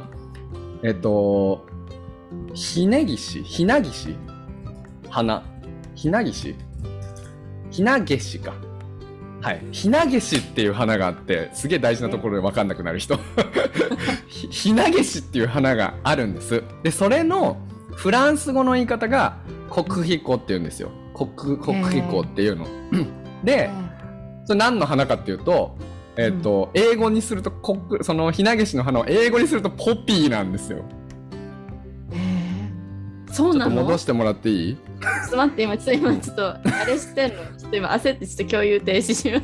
ひなげしか。はい。ひなげしっていう花があって、すげえ大事なところで分かんなくなる人。ひなげしっていう花があるんです。で、それのフランス語の言い方が国彦っていうんですよ。国彦っていうの。で、それ何の花かっていうと、英語にすると、そのひなげしの花を英語にするとポピーなんですよ。 そうなの？ ちょっと戻してもらっていい？ ちょっと待って、今ちょっとあれしてんの。ちょっと今焦ってちょっと共有停止します。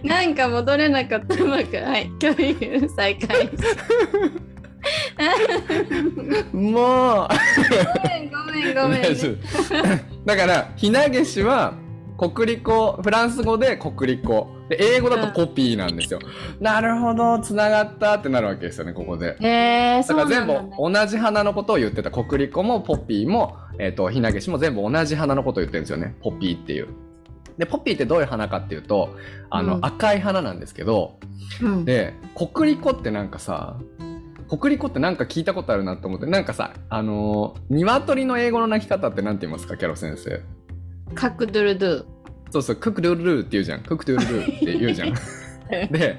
なんか戻れなかった。うまく、はい、共有再開。 もうごめん。 だからひなげしは国立語、フランス語で国立語で英語だとポピーなんですよ。なるほど、つながったってなるわけですよね、ここで。だから全部同じ花のことを言ってた。コクリコもポピーも、ヒナゲシも全部同じ花のことを言ってるんですよね。ポピーっていう。で、ポピーってどういう花かっていうと、赤い花なんですけど、で、コクリコってなんかさ、コクリコってなんか聞いたことあるなと思って、なんかさ、鶏の英語の鳴き方ってなんて言いますか、キャロ先生。 カクドゥルドゥ。 そうそう、ククドゥルルーって言うじゃん。ククドゥルルーって言うじゃん。で、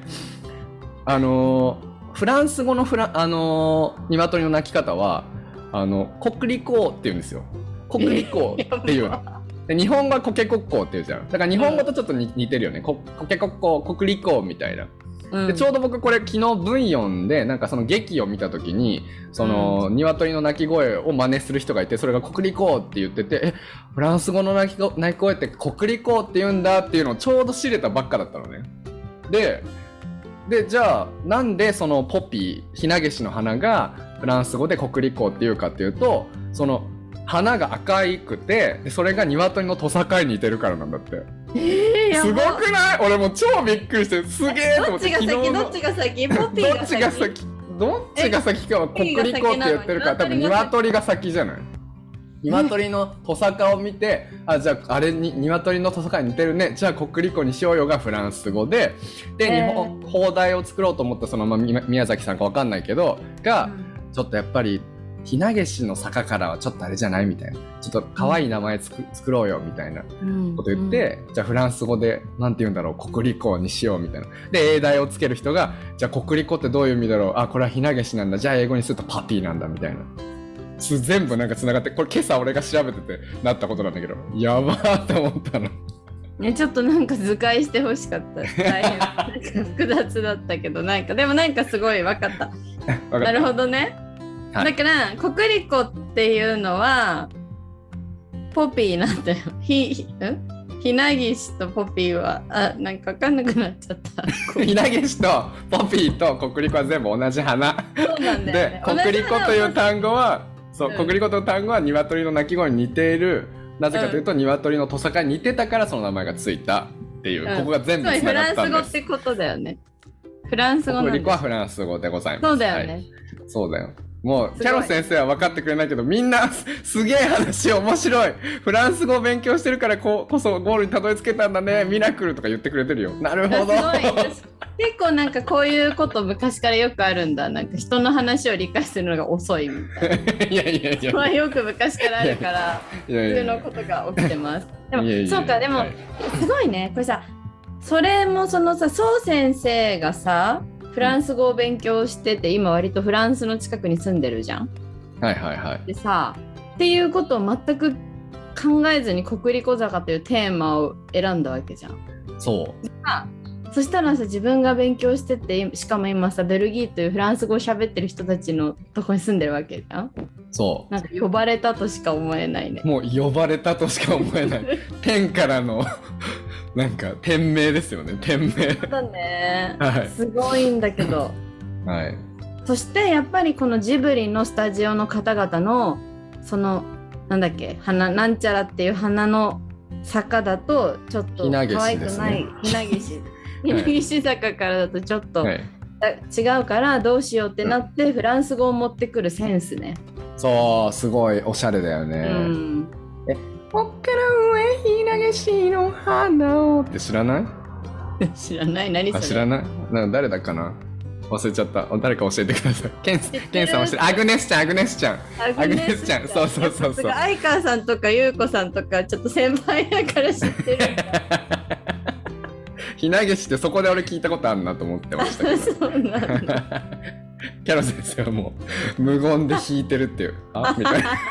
フランス語の鶏の鳴き方は、コクリコーって言うんですよ。コクリコーっていうの。で日本語はコケコッコーって言うじゃん。だから日本語とちょっと似てるよね。コケコッコー、コクリコーみたいな。でちょうど僕これ昨日文読んでなんかその劇を見た時にその鶏の鳴き声を真似する人がいて、それがコクリコーって言ってて、フランス語の鳴き声ってコクリコーって言うんだっていうのをちょうど知れたばっかだったのね。でじゃあなんでそのポピー、ヒナゲシの花がフランス語でコクリコーっていうかっていうと、その花が赤いくて、でそれが鶏のトサカに似てるからなんだって。すごくない？俺も超びっくりして、すげえと思って。 どっちが先ポピーが先どっちが先かはコクリコって言ってるから、多分鶏が先じゃない？鶏のトサカを見て、じゃああれに鶏のトサカに似てるね、じゃあコクリコにしようよがフランス語で、日本邦題を作ろうと思ったその、宮崎さんかわかんないけどが、ちょっとやっぱりヒナゲシの坂からはちょっとあれじゃないみたいな、ちょっと可愛い名前作ろうよみたいなこと言って、じゃあフランス語でなんて言うんだろう、コクリコにしようみたいな。で英題をつける人が、じゃあコクリコってどういう意味だろう、これはヒナゲシなんだ、じゃあ英語にするとパピーなんだみたいな。全部なんか繋がって、これ今朝俺が調べててなったことなんだけど、やばーって思ったの。 ね、ちょっとなんか図解してほしかった。大変なんか複雑だったけど、なんかでもなんかすごい分かった。なるほどね。はい、だからコクリコっていうのはポピーなんだよ。ヒナゲシとポピーはなんか分かんなくなっちゃった。 ヒナゲシとポピーとコクリコは全部同じ花。 そうなんだよね。 でコクリコという単語は、コクリコという単語は鶏の鳴き声に似ている。なぜかというと、鶏のトサカに似てたからその名前がついたっていう、ここが全部つながったんです。 フランス語ってことだよね。フランス語なんです。 コクリコはフランス語でございます。 そうだよね。はい、 そうだよ。もうキャロ先生は分かってくれないけど、みんなすげえ話面白い。フランス語を勉強してるからこそゴールにたどり着けたんだね、ミラクルとか言ってくれてるよ。なるほど。 結構なんかこういうこと昔からよくあるんだ。なんか人の話を理解するのが遅いみたいな。いや。まあよく昔からあるから普通のことが起きてます。でもそうか、でもすごいね。これさ、それもそのさ、そう先生がさ、フランス語を勉強してて、今割とフランスの近くに住んでるじゃん。 はいはいはい。 でさ、っていうことを全く考えずにコクリコ坂というテーマを選んだわけじゃん。 そう。 そしたらさ、自分が勉強してて、しかも今さ、ベルギーというフランス語を喋ってる人たちのとこに住んでるわけじゃん。 そう。 なんか呼ばれたとしか思えないね。 もう呼ばれたとしか思えない。天からのなんか天命ですよね。天命。 そうだね、 はい。 すごいんだけど。 はい。 そしてやっぱりこのジブリのスタジオの方々のそのなんだっけ、なんちゃらっていう花の坂だとちょっと可愛くない。ヒナゲシ。ヒナゲシ坂からだとちょっと、違うからどうしようってなって、フランス語を持ってくるセンスね。 そう、すごいおしゃれだよね。こっから上ヒナゲシの花をって知らない？ 知らない。何それ？ 知らない？誰だかな？忘れちゃった。誰か教えてください。ケンさん教えて。アグネスちゃん。そう。 相川さんとか優子さんとかちょっと先輩だから知ってる。 ヒナゲシってそこで俺聞いたことあるなと思ってましたけど。そうなんだ。キャロ先生はもう無言で弾いてるっていうみたいな。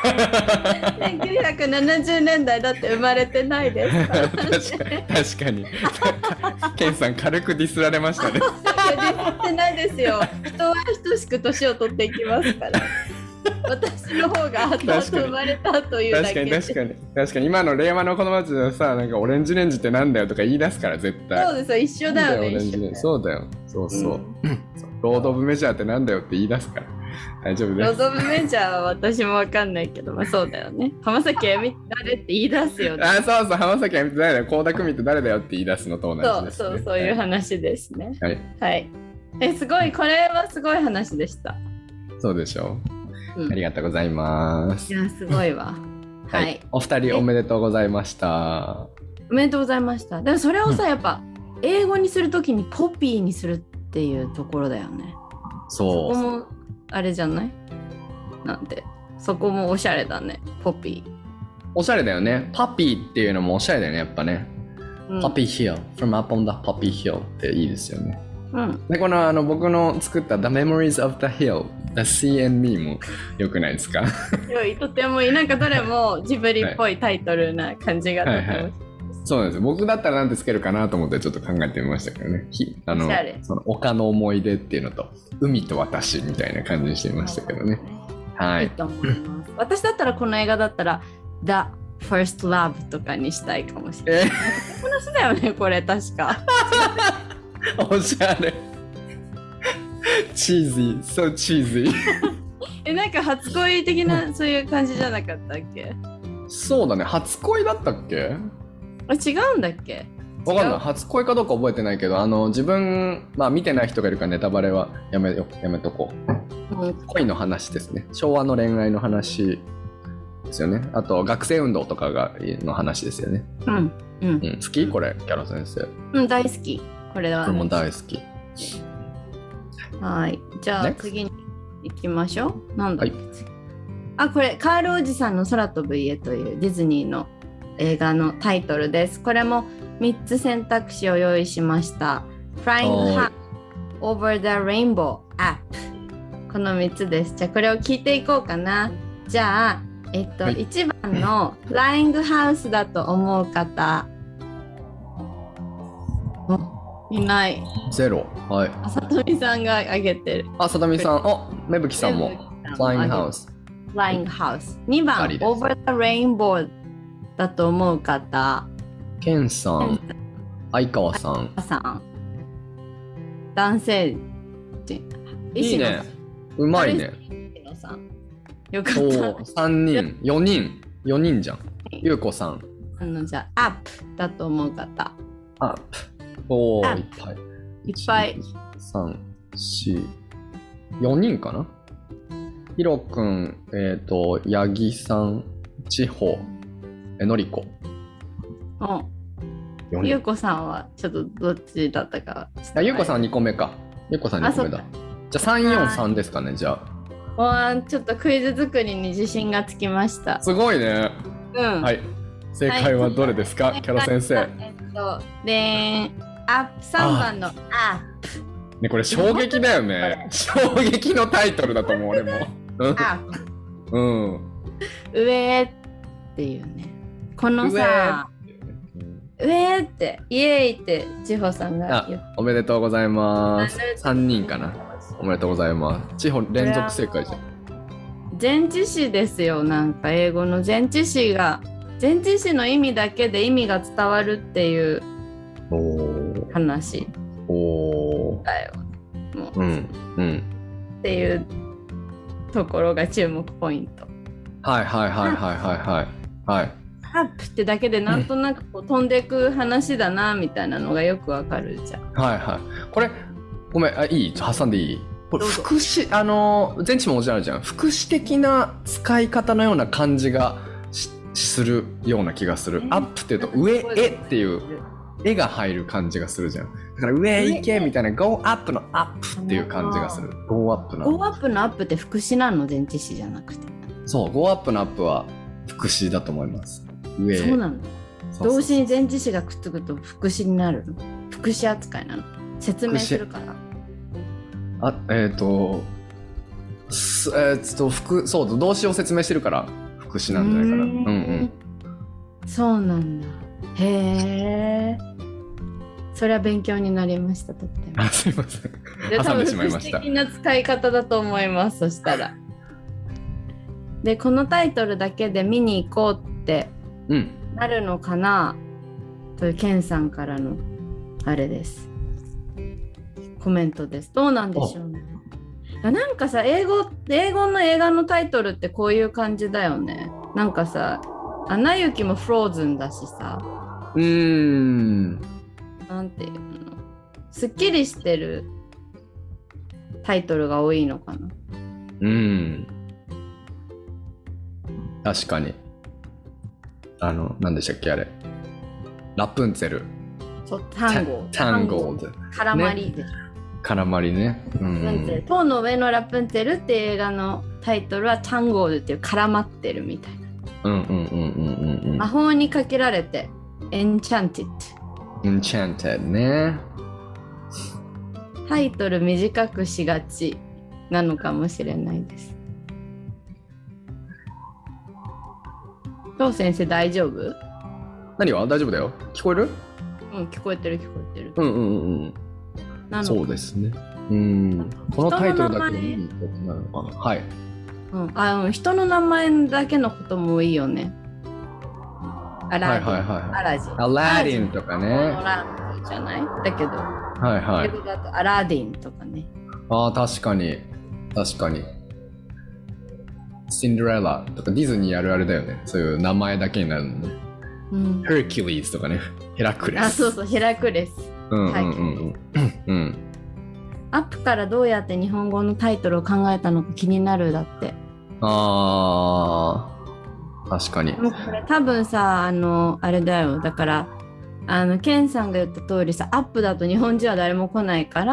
1970年代だって生まれてないですか。 確かに。ケンさん軽くディスられましたね。 ディスってないですよ。人は等しく年を取っていきますから。私の方が後々生まれたというだけで。 確かに今の令和の子供たちはさ、なんかオレンジレンジってなんだよとか言い出すから絶対。 そうですよ、一緒だよね。 そうだよ。そう。ロード・オブ・メジャーってなんだよって言い出すから。 大丈夫です。 ロード・オブ・メジャーは私もわかんないけど、まあそうだよね。浜崎あゆみって誰って言い出すよね。 そうそう、浜崎あゆみって誰だよ、倖田來未って誰だよって言い出すのと同じです、ね。 そういう話ですね。 はい。 はい。すごい、これはすごい話でした。 そうでしょう。ありがとうございます。 いや、すごいわ。はい。 お二人おめでとうございました。 おめでとうございました。でもそれをさ、やっぱ英語にするときにポピーにするっていうところだよね。そこもあれじゃない？なんて。そこもおしゃれだね。ポピー。 おしゃれだよね。パピーっていうのもおしゃれだよね、やっぱね。パピーヒル from up on the poppy hill っていいですよね。でこの僕の作った The Memories of the Hill The Sea and Me も良くないですか？ とてもいい。なんかどれもジブリっぽいタイトルな感じがとてもそうなんです。僕だったら何てつけるかなと思ってちょっと考えてみましたけどね。その丘の思い出っていうのと海と私みたいな感じにしてみましたけどね。はい。いいと思います。 私だったらこの映画だったら The First Love とかにしたいかもしれない。話だよねこれ確か。 おしゃれ。チーズィー、so チーズィー。 なんか初恋的なそういう感じじゃなかったっけ？ そうだね。初恋だったっけ？ 違うんだっけ？ わかんない。初恋かどうか覚えてないけど、自分、見てない人がいるからネタバレはやめとこう。恋の話ですね。昭和の恋愛の話ですよね。あと、学生運動とかの話ですよね。好き？これ、キャロ先生。 大好き。これは。 これも大好き。 はい。じゃあ、次に行きましょう。なんだっけ、これ、カールおじさんの空飛ぶ家というディズニーの映画のタイトルです。これも3つ選択肢を用意しました。Flying High Over the Rainbow Up。この3つです。じゃあこれを聞いていこうかな。じゃあ、1番の Flying House だと思う方。いない。 ゼロ。はい。 さとみさんが挙げてる。 さとみさん。めぶきさんも。Flying House。Flying House。2番 Over the Rainbow。だと思う方、 ケンさん、相川さん、 男性陣、 いいね、うまいね。 よかった。 3人、4人じゃん。ゆうこさん。 じゃあ、アップだと思う方。 アップ。いっぱい。3、4、4人かな？ひろくん、八木さん、ちほ。のりこ。 ゆうこさんはちょっとどっちだったか。 ゆうこさん2個目か。ゆうこさん2個目だ。じゃあ343ですかね、じゃあ。ちょっとクイズ作りに自信がつきました。 すごいね。はい。正解はどれですか、キャロ先生。 で、3番のアップ。ね、これ衝撃だよね。衝撃のタイトルだと思う、俺も。 上っていうね。このさ、上ってイエーイって千穂さんが言って、 おめでとうございます。3人かな。おめでとうございます。千穂連続正解じゃん。 前置詞ですよ。なんか英語の前置詞の意味だけで意味が伝わるっていう話だよ。もう、っていうところが注目ポイント。 はい。 アップってだけでなんとなくこう飛んでいく話だなみたいなのがよくわかるじゃん。 これごめん、いい？挟んでいい？これ副詞、前置ももちろんあるじゃん。副詞的な使い方のような感じがするような気がする。アップっていうと上へっていう絵が入る感じがするじゃん。だから上へ行けみたいな Go up のアップっていう感じがする。Go up の Go up のアップって副詞なの？前置詞じゃなくて。 そう、Go up のアップは副詞だと思います。上。 そうなの。動詞に前置詞がくっつくと副詞になるの。副詞扱いなの。説明するから。そう、動詞を説明してるから副詞なんじゃないかな。そうなんだ。へえ。それは勉強になりました。とっても。 すいません。挟んでしまいました。 副詞的な使い方だと思います。そしたら。で、このタイトルだけで見に行こうってなるのかな、というケンさんからのあれです。コメントです。どうなんでしょうね。 なんかさ、英語の映画のタイトルってこういう感じだよね。なんかさ、アナ雪もフローズンだしさ。なんていうの、すっきりしてるタイトルが多いのかな。 確かに。何でしたっけあれ。ラプンツェル。 そう、タンゴード。絡まりでしょ。 絡まりね。 塔の上のラプンツェルっていう映画のタイトルはタンゴードっていう絡まってるみたいな。魔法にかけられて、エンチャンティッド。 エンチャンテッドね。 タイトル短くしがちなのかもしれないです。張先生大丈夫？ 何が大丈夫だよ。聞こえる？ 聞こえてる。 そうですね。このタイトルだけでいいことなのかな。はい。 人の名前だけのこともいいよね。アラディンとかね。アラディンじゃない？だけど、英語だとアラディンとかね。 確かに。シンデレラとかディズニーあるあるだよね。そういう名前だけになるのね。ヘラキュリーズとかね。ヘラクレス。 そう、ヘラクレス。アップからどうやって日本語のタイトルを考えたのか気になるだって。 確かに。 これ多分さ、あれだよ。だからケンさんが言った通りさ、アップだと日本人は誰も来ないから、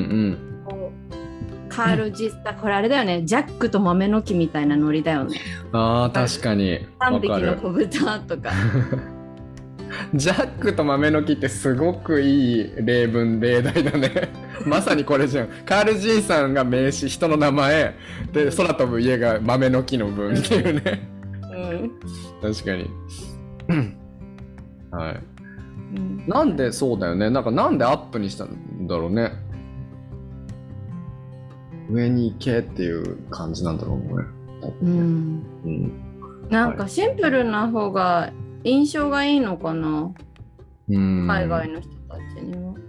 カール・ジスタ、これあれだよね、ジャックと豆の木みたいなノリだよね。 確かに。 3匹の子豚とか。 ジャックと豆の木ってすごくいい例題だね。まさにこれじゃん。カール・ジンさんが名詞、人の名前で、空飛ぶ家が豆の木の分っていうね。確かに。はい。なんでそうだよね。なんでアップにしたんだろうね。上に行けっていう感じなんだろうね。 なんかシンプルな方が印象がいいのかな。海外の人たちには。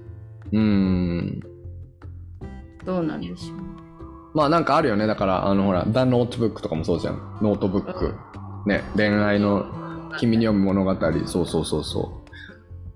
どうなんでしょう。 なんかあるよね。だからほら、ザ・ノートブックとかもそうじゃん。ノートブック。ね、恋愛の君に読む物語。そう。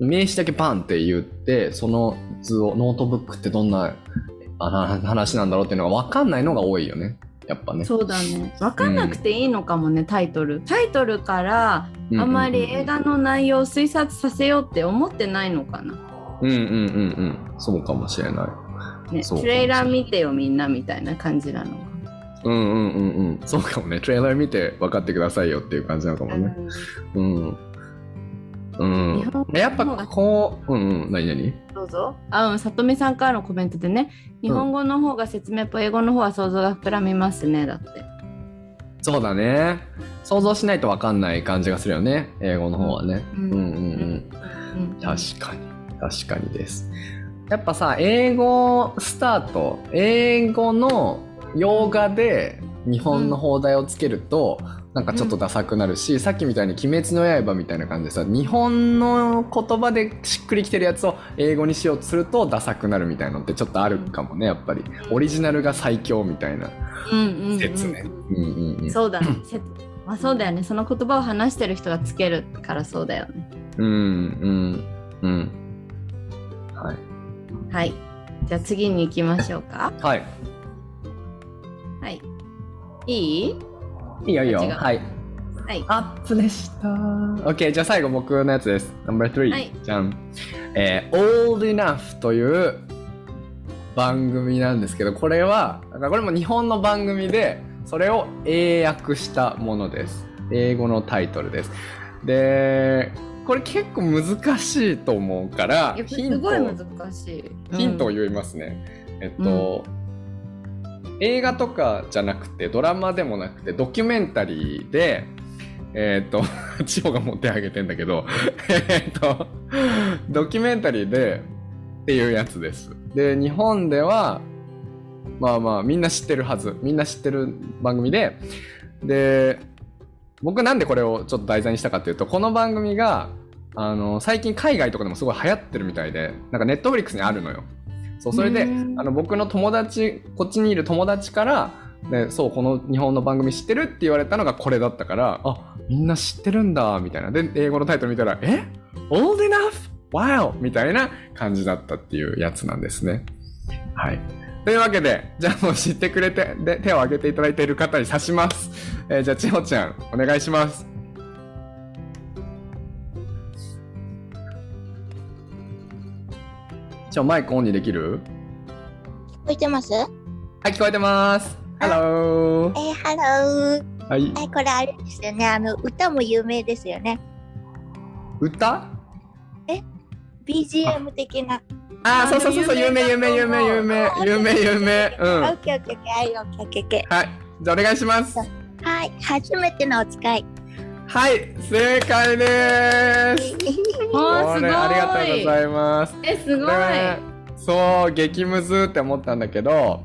名詞だけパンって言って、その図を、ノートブックってどんな話なんだろうっていうのが分かんないのが多いよね。やっぱね。 そうだね。分かんなくていいのかもね、タイトルからあまり映画の内容を推察させようって思ってないのかな。 そうかもしれない。 ね、トレーラー見てよみんなみたいな感じなのか。 そうかもね。トレーラー見て分かってくださいよっていう感じなのかもね。やっぱこう、何どうぞ。さとみさんからのコメントでね、日本語の方が説明っぽい、英語の方は想像が膨らみますね、だって。 そうだね。想像しないと分かんない感じがするよね、英語の方はね。確かにです。やっぱさ、英語スタート、英語の洋画で日本の邦題をつけると、なんかちょっとダサくなるし、さっきみたいに鬼滅の刃みたいな感じでさ、日本の言葉でしっくりきてるやつを英語にしようとするとダサくなるみたいなのってちょっとあるかもね、やっぱり。オリジナルが最強みたいな説ね。 そうだね。そうだよね。その言葉を話してる人がつけるからそうだよね。はい。じゃあ次に行きましょうか。 はい。 いい？ いいよ。はい。アップでした。OK、じゃあ最後僕のやつです。No.3、じゃん。Old Enough という番組なんですけど、これも日本の番組で、それを英訳したものです。英語のタイトルです。で、これ結構難しいと思うから、 すごい難しい。 ヒントを言いますね。映画とかじゃなくてドラマでもなくてドキュメンタリーで千穂が持ってあげてんだけどドキュメンタリーでっていうやつです。で日本ではみんな知ってるはず、みんな知ってる番組で僕なんでこれをちょっと題材にしたかっていうと、この番組が最近海外とかでもすごい流行ってるみたいで、なんかネットフリックスにあるのよ。 そう、それで、僕の友達、こっちにいる友達から、ね、そう、この日本の番組知ってるって言われたのがこれだったから、あ、みんな知ってるんだ、みたいな。で、英語のタイトル見たら、Old enough? Wow! みたいな感じだったっていうやつなんですね。はい。というわけで、じゃあもう知ってくれて、で、手を挙げていただいている方に指します。じゃあ、千穂ちゃん、お願いします。マイクオンにできる？ 聞こえてます？ はい、聞こえてます。Hello! ハロー。 はい。 これあれですよね。歌も有名ですよね。 歌 ？BGM 的な。 そう、有名。うん。 オッケー。はい、 じゃあお願いします。 はい、初めてのお使い。 はい、正解です。 すごい。 ありがとうございます。 すごい。 そう、激ムズって思ったんだけど、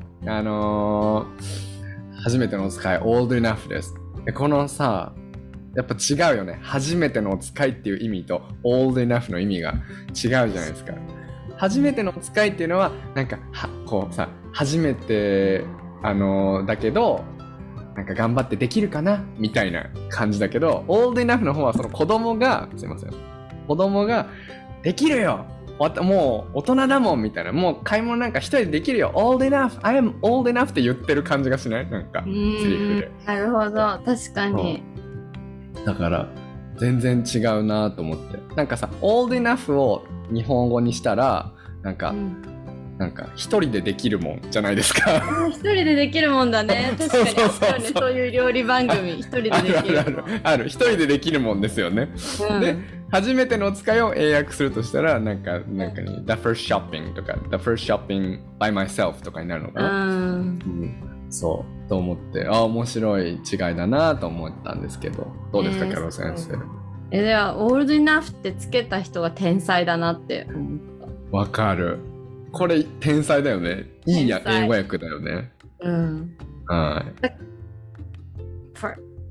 初めてのお使い、old enough です。で、このさ、やっぱ違うよね。初めてのお使いっていう意味と old enough の意味が違うじゃないですか。初めてのお使いっていうのは、なんか、こうさ、初めて、だけど、なんか頑張ってできるかなみたいな感じだけど、old enough の方はその子供が、すいません。子供が、できるよもう大人だもんみたいな。もう買い物なんか一人でできるよ old enough I am old enough って言ってる感じがしない？なんか、セリフで。 なるほど。確かに。 だから、全然違うなと思って。なんかさ、old enough を日本語にしたら、なんか一人でできるもんじゃないですか。 一人でできるもんだね。確かにそういう料理番組一人でできるもん。 一人でできるもんですよね。で、初めてのお使いを英訳するとしたら、なんかに The first shopping とか The first shopping by myself とかになるのかな。そうと思って、面白い違いだなと思ったんですけど、どうですか、キャロ先生。 ではold enough ってつけた人が天才だなって思った。わかる。これ天才だよね。いい英語訳だよね。はい。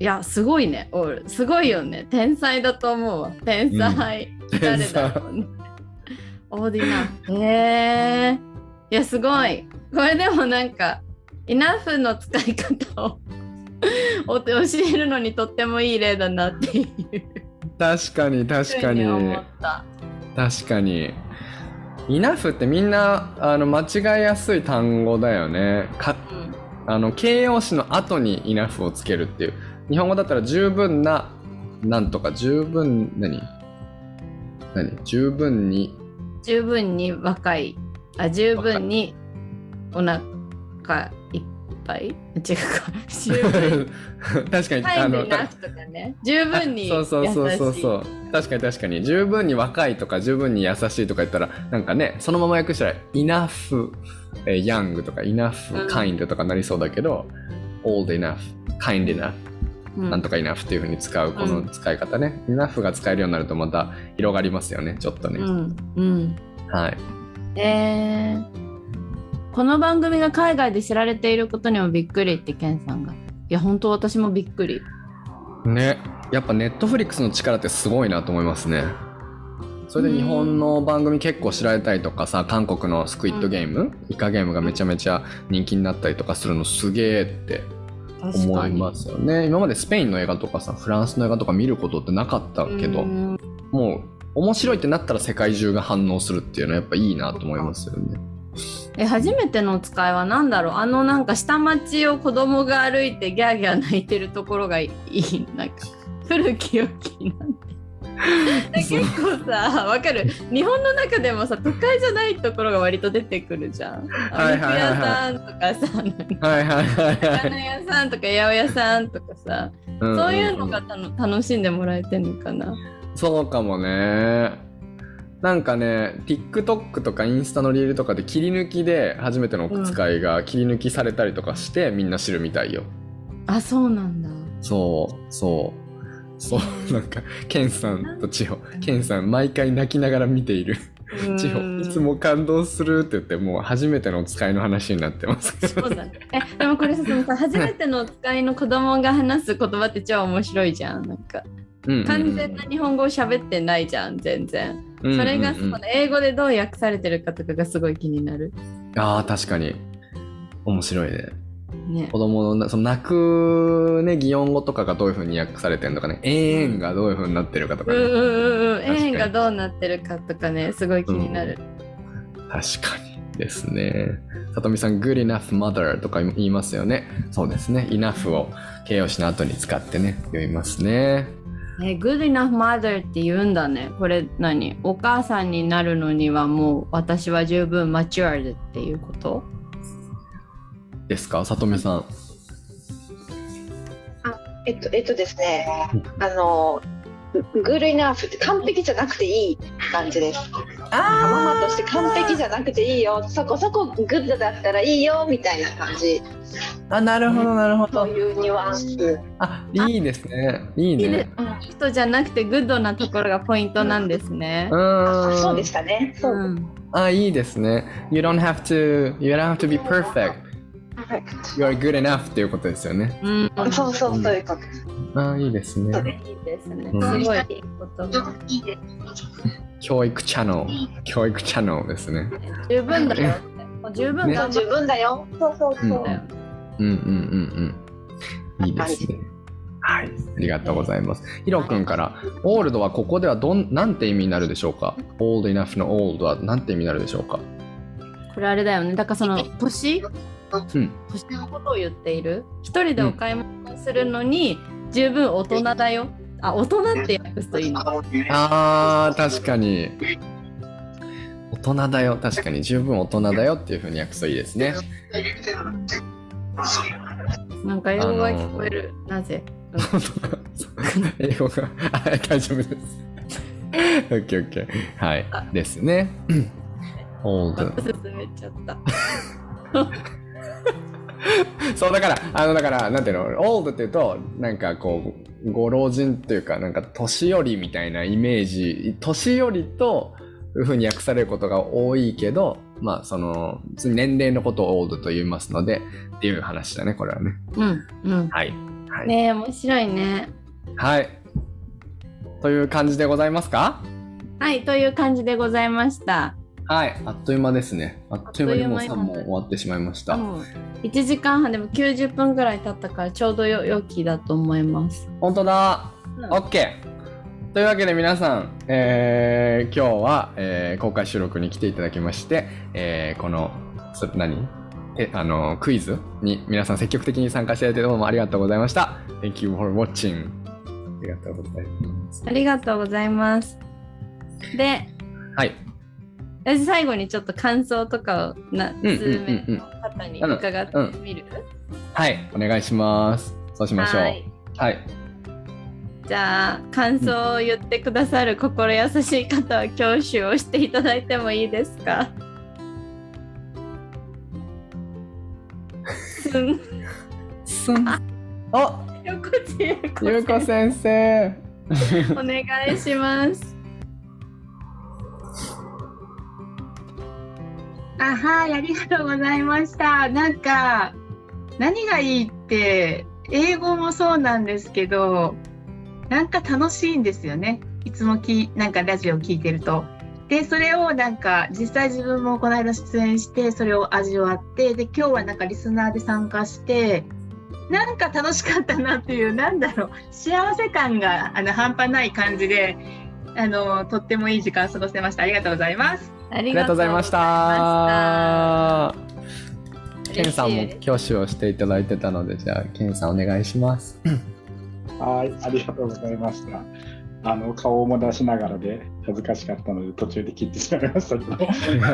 いや、すごいね。すごいよね。天才だと思うわ。天才。誰だろうね。old enough。いや、すごい。これでもなんか、enough の使い方を教えるのにとってもいい例だなっていう。確かに。 思った。確かに。enough ってみんな間違いやすい単語だよね。形容詞の後に enough をつけるっていう。日本語だったら十分な、なんとか十分、十分に若い。十分にお腹いっぱい？違うか。十分。 確かに。 タイムenoughとかね。十分に優しい。そう。 確かに。十分に若いとか十分に優しいとか言ったら、なんかね、そのまま訳したら enough young とか enough kind とかなりそうだけど、old enough, kind enough、なんとか enough っていう風に使うこの使い方ね。enough が使えるようになるとまた広がりますよね、ちょっとね。はい。 この番組が海外で知られていることにもびっくりってケンさんが。いや、本当私もびっくり。 ね、やっぱネットフリックスの力ってすごいなと思いますね。それで日本の番組結構知られたりとかさ、韓国のスクイッドゲーム、イカゲームがめちゃめちゃ人気になったりとかするのすげーって思いますよね。今までスペインの映画とかさ、フランスの映画とか見ることってなかったけど、もう面白いってなったら世界中が反応するっていうのはやっぱいいなと思いますよね。 初めてのお使いは何だろう。なんか下町を子供が歩いてギャーギャー泣いてるところがいい。なんか古き良きなんて結構さ、わかる。日本の中でもさ、都会じゃないところが割と出てくるじゃん。お肉屋さんとかさ、魚屋さんとか八百屋さんとかさ、そういうのが楽しんでもらえてんのかな。 そうかもね。なんかね、TikTok とかインスタのリールとかで切り抜きで初めてのお使いが切り抜きされたりとかしてみんな知るみたいよ。 そうなんだ。 そうなんかケンさんと千穂、ケンさん毎回泣きながら見ている千穂、いつも感動するって言ってもう初めてのお使いの話になってますけど。 そうだね。でもこれさ、初めてのお使いの子供が話す言葉って超面白いじゃん。なんか完全な日本語を喋ってないじゃん、全然。それがその英語でどう訳されてるかとかがすごい気になる。 ああ、確かに。面白いね。 ね。 子供の、その泣くね、擬音語とかがどういう風に訳されてるのかね、えーんがどういう風になってるかとかね。 円がどうなってるかとかね、すごい気になる。 確かにですね。さとみさん、good enough mother とか言いますよね。そうですね。enough を形容詞の後に使ってね、言いますね。 good enough mother って言うんだね。これ何？お母さんになるのにはもう私は十分 matured っていうことですか、さとみさん。 ですね、グッドイナフって完璧じゃなくていい感じです。ママとして完璧じゃなくていいよ、そこそこグッドだったらいいよみたいな感じ。 あ、なるほどなるほど。 そういうニュアンス。 あ、いいですね。いいね。 人じゃなくてグッドなところがポイントなんですね。 そうでしたね。そう。 あ、いいですね。You don't have to be perfect.You are good enough っていうことですよね。 そうそう、そういうこと。 あ、いいですね。 いいですね。すごいいいことが。 教育チャンネルですね。 十分だよ。十分だよ。 十分だよ。そうそうそう。 いいですね。はい、ありがとうございます。ヒロ君から、オールドはここではなんて意味になるでしょうか？ Old enough のオールドはなんて意味になるでしょうか？ これあれだよね。だからその年のことを言っている。一人でお買い物するのに十分大人だよ。あ、大人って訳すといいの。 あー、確かに。大人だよ。確かに十分大人だよっていう風に訳すといいですね。 なんか英語が聞こえる。なぜ？ 英語が大丈夫です。オッケーオッケー。はいですね。オールド。 進めちゃった。 そうだからなんていうの、オールドっていうとなんかこうご老人っていうかなんか年寄りみたいなイメージ、年寄りという風に訳されることが多いけど、まあその年齢のことをオールドと言いますのでっていう話だね、これはね。はい。 ねえ、面白いね。 はい。という感じでございますか？ はい、という感じでございました。 はい、あっという間ですね。あっという間にもう3問終わってしまいました。 1時間半でも90分ぐらい経ったからちょうど良きだと思います。 本当だ。OK。というわけで皆さん、今日は、公開収録に来ていただきまして、このクイズに皆さん積極的に参加していただいてどうもありがとうございました。Thank you for watching. ありがとうございます。 ありがとうございます。で、 はい。 私最後にちょっと感想とかを数名の方に伺ってみる？ はい、お願いします。そうしましょう。はい。 じゃあ感想を言ってくださる心優しい方は挙手をしていただいてもいいですか？ すん。あ、ゆうこ先生。 お願いします。 はい、ありがとうございました。なんか何がいいって英語もそうなんですけど、なんか楽しいんですよね。いつもなんかラジオ聞いてると。で、それをなんか実際自分もこの間出演してそれを味わって、で今日はなんかリスナーで参加してなんか楽しかったなっていう、なんだろう、幸せ感が半端ない感じでとってもいい時間を過ごせました。ありがとうございます。 ありがとうございました。 ケンさんも挙手をしていただいてたので、じゃあケンさんお願いします。 はい、ありがとうございました。顔も出しながらで恥ずかしかったので途中で切ってしまいましたけど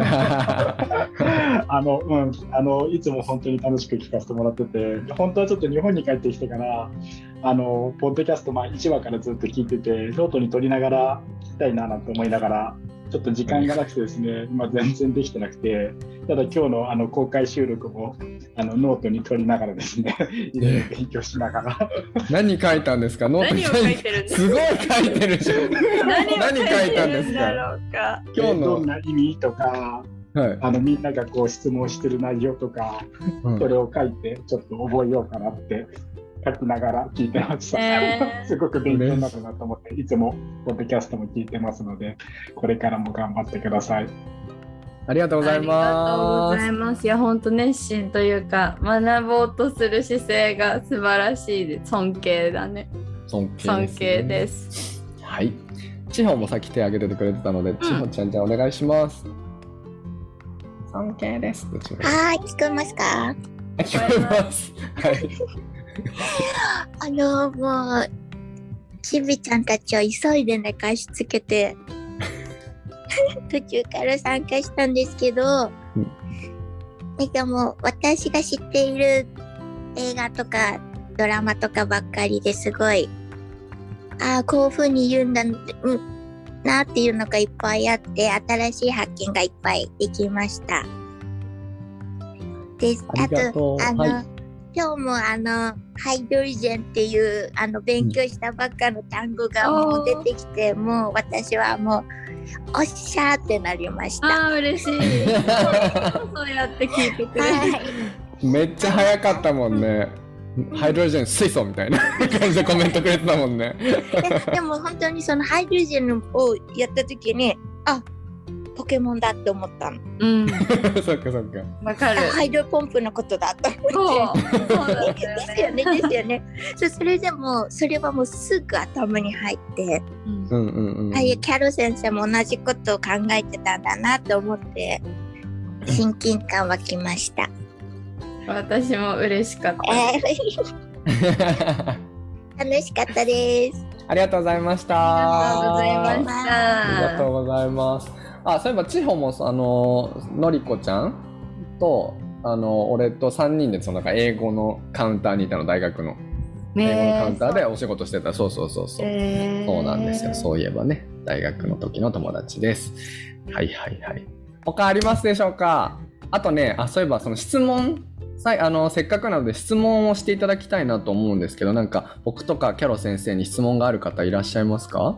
いつも本当に楽しく聞かせてもらってて、本当はちょっと日本に帰ってきてからポッドキャスト1話からずっと聞いてて、ノートに取りながら聞きたいななんて思いながらちょっと時間がなくてですね、今全然できてなくて、ただ今日の公開収録もノートに取りながらですね、いろいろ勉強しながら何書いたんですか？ノートに何を書いてるんですか？ すごい書いてるじゃん。何書いたんですか？ 今日のどんな意味とか、はい、みんながこう質問してる内容とか、それを書いてちょっと覚えようかなって書きながら聞いてました。すごく勉強になるなと思って、いつもポッドキャストも聞いてますので、これからも頑張ってください。 ありがとうございます。 ありがとうございます。いや、本当熱心というか、学ぼうとする姿勢が素晴らしいで、尊敬だね。 尊敬です。はい。千穂もさっき手挙げてくれてたので、千穂ちゃんじゃあお願いします。尊敬です。 はい、聞こえますか？ 聞こえます。はい。 もうちびちゃんたちを急いで寝かしつけて途中から参加したんですけど、なんかもう私が知っている映画とかドラマとかばっかりですごい、こういう風に言うんだなっていうのがいっぱいあって、新しい発見がいっぱいできました。で、あと今日もハイドロジェンっていう勉強したばっかの単語がもう出てきて、もう私はもうおっしゃーってなりました。 嬉しい。そうやって聞いてくれて、めっちゃ早かったもんね。ハイドロジェン水素みたいな感じでコメントくれてたもんね。 でも本当にそのハイドロジェンをやった時に、ポケモンだって思ったの。 そっかそっか。 わかる。 ハイドロポンプのことだと思って。ですよね、ですよね。それでもそれはもうすぐ頭に入って、キャロ先生も同じことを考えてたんだなと思って親近感湧きました。 私も嬉しかった。 楽しかったです。 ありがとうございました。 ありがとうございました。 ありがとうございます。そういえば千穂ものりこちゃんと俺と3人で英語のカウンターにいたの、大学の英語のカウンターでお仕事してた。そうそうなんですよ。そういえばね、大学の時の友達です。はいはいはい。他ありますでしょうか？あとね、そういえばその質問、せっかくなので質問をしていただきたいなと思うんですけど、なんか僕とかキャロ先生に質問がある方いらっしゃいますか？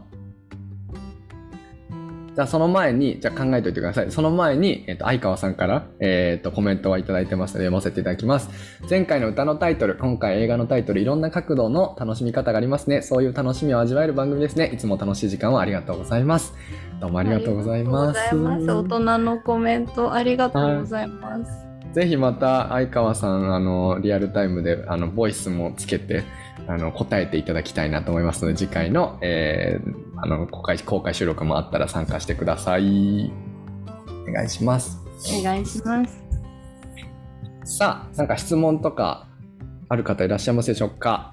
じゃあその前に、考えておいてください。その前に、相川さんから、コメントはいただいてますので読ませていただきます。前回の歌のタイトル、今回映画のタイトル、いろんな角度の楽しみ方がありますね。そういう楽しみを味わえる番組ですね。いつも楽しい時間をありがとうございます。どうもありがとうございます。 大人のコメントありがとうございます。ぜひまた相川さん、リアルタイムでボイスもつけて答えていただきたいなと思いますので、次回の、公開収録もあったら参加してください。お願いします。 お願いします。 さあ、なんか質問とかある方いらっしゃいますでしょうか？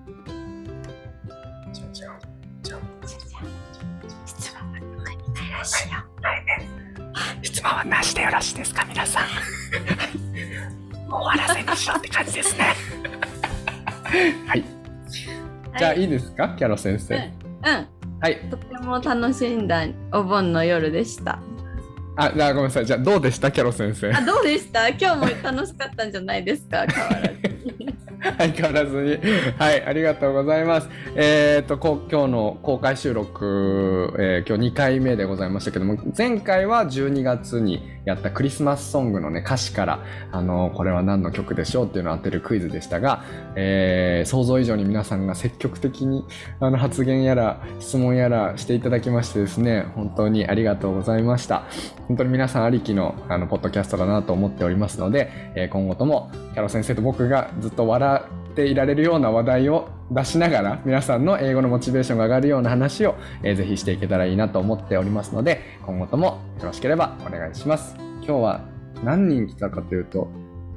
質問はなしでよろしいですか、皆さん。もう終わらせにしようって感じですね。はい。じゃあいいですか、キャロ先生。はい。 とても楽しんだお盆の夜でした。 じゃあごめんなさい。じゃあどうでした、キャロ先生。 どうでした？今日も楽しかったんじゃないですか、変わらずに。 相変わらずに。はい、ありがとうございます。今日の公開収録、今日2回目でございましたけども、前回は12月にやったクリスマスソングのね、歌詞から、これは何の曲でしょうっていうのを当てるクイズでしたが、想像以上に皆さんが積極的に発言やら質問やらしていただきましてですね、本当にありがとうございました。本当に皆さんありきのポッドキャストだなと思っておりますので、今後ともキャロ先生と僕がずっと笑っていられるような話題を出しながら、皆さんの英語のモチベーションが上がるような話を、ぜひしていけたらいいなと思っておりますので、今後ともよろしければお願いします。今日は何人来たかというと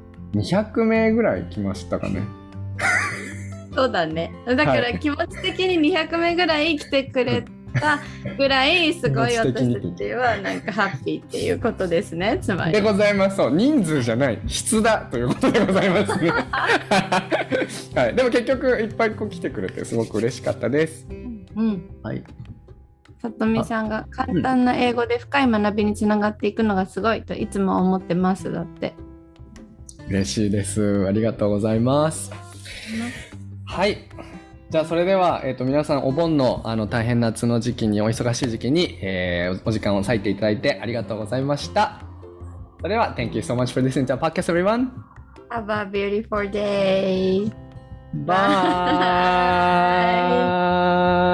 200名ぐらい来ましたかね。 そうだね。だから気持ち的に200名ぐらい来てくれたぐらいすごい私たちはなんかハッピーっていうことですね。つまりでございます。そう、人数じゃない質だということでございますね。はい、でも結局いっぱい来てくれてすごく嬉しかったです。はい。 さとみさんが簡単な英語で深い学びにつながっていくのがすごいといつも思ってますだって。 嬉しいです。ありがとうございます。はい。じゃあそれでは、皆さんお盆の大変夏の時期に、お忙しい時期に、お時間を割いていただいてありがとうございました。それでは Thank you so much for listening to our podcast, everyone. Have a beautiful day. Bye.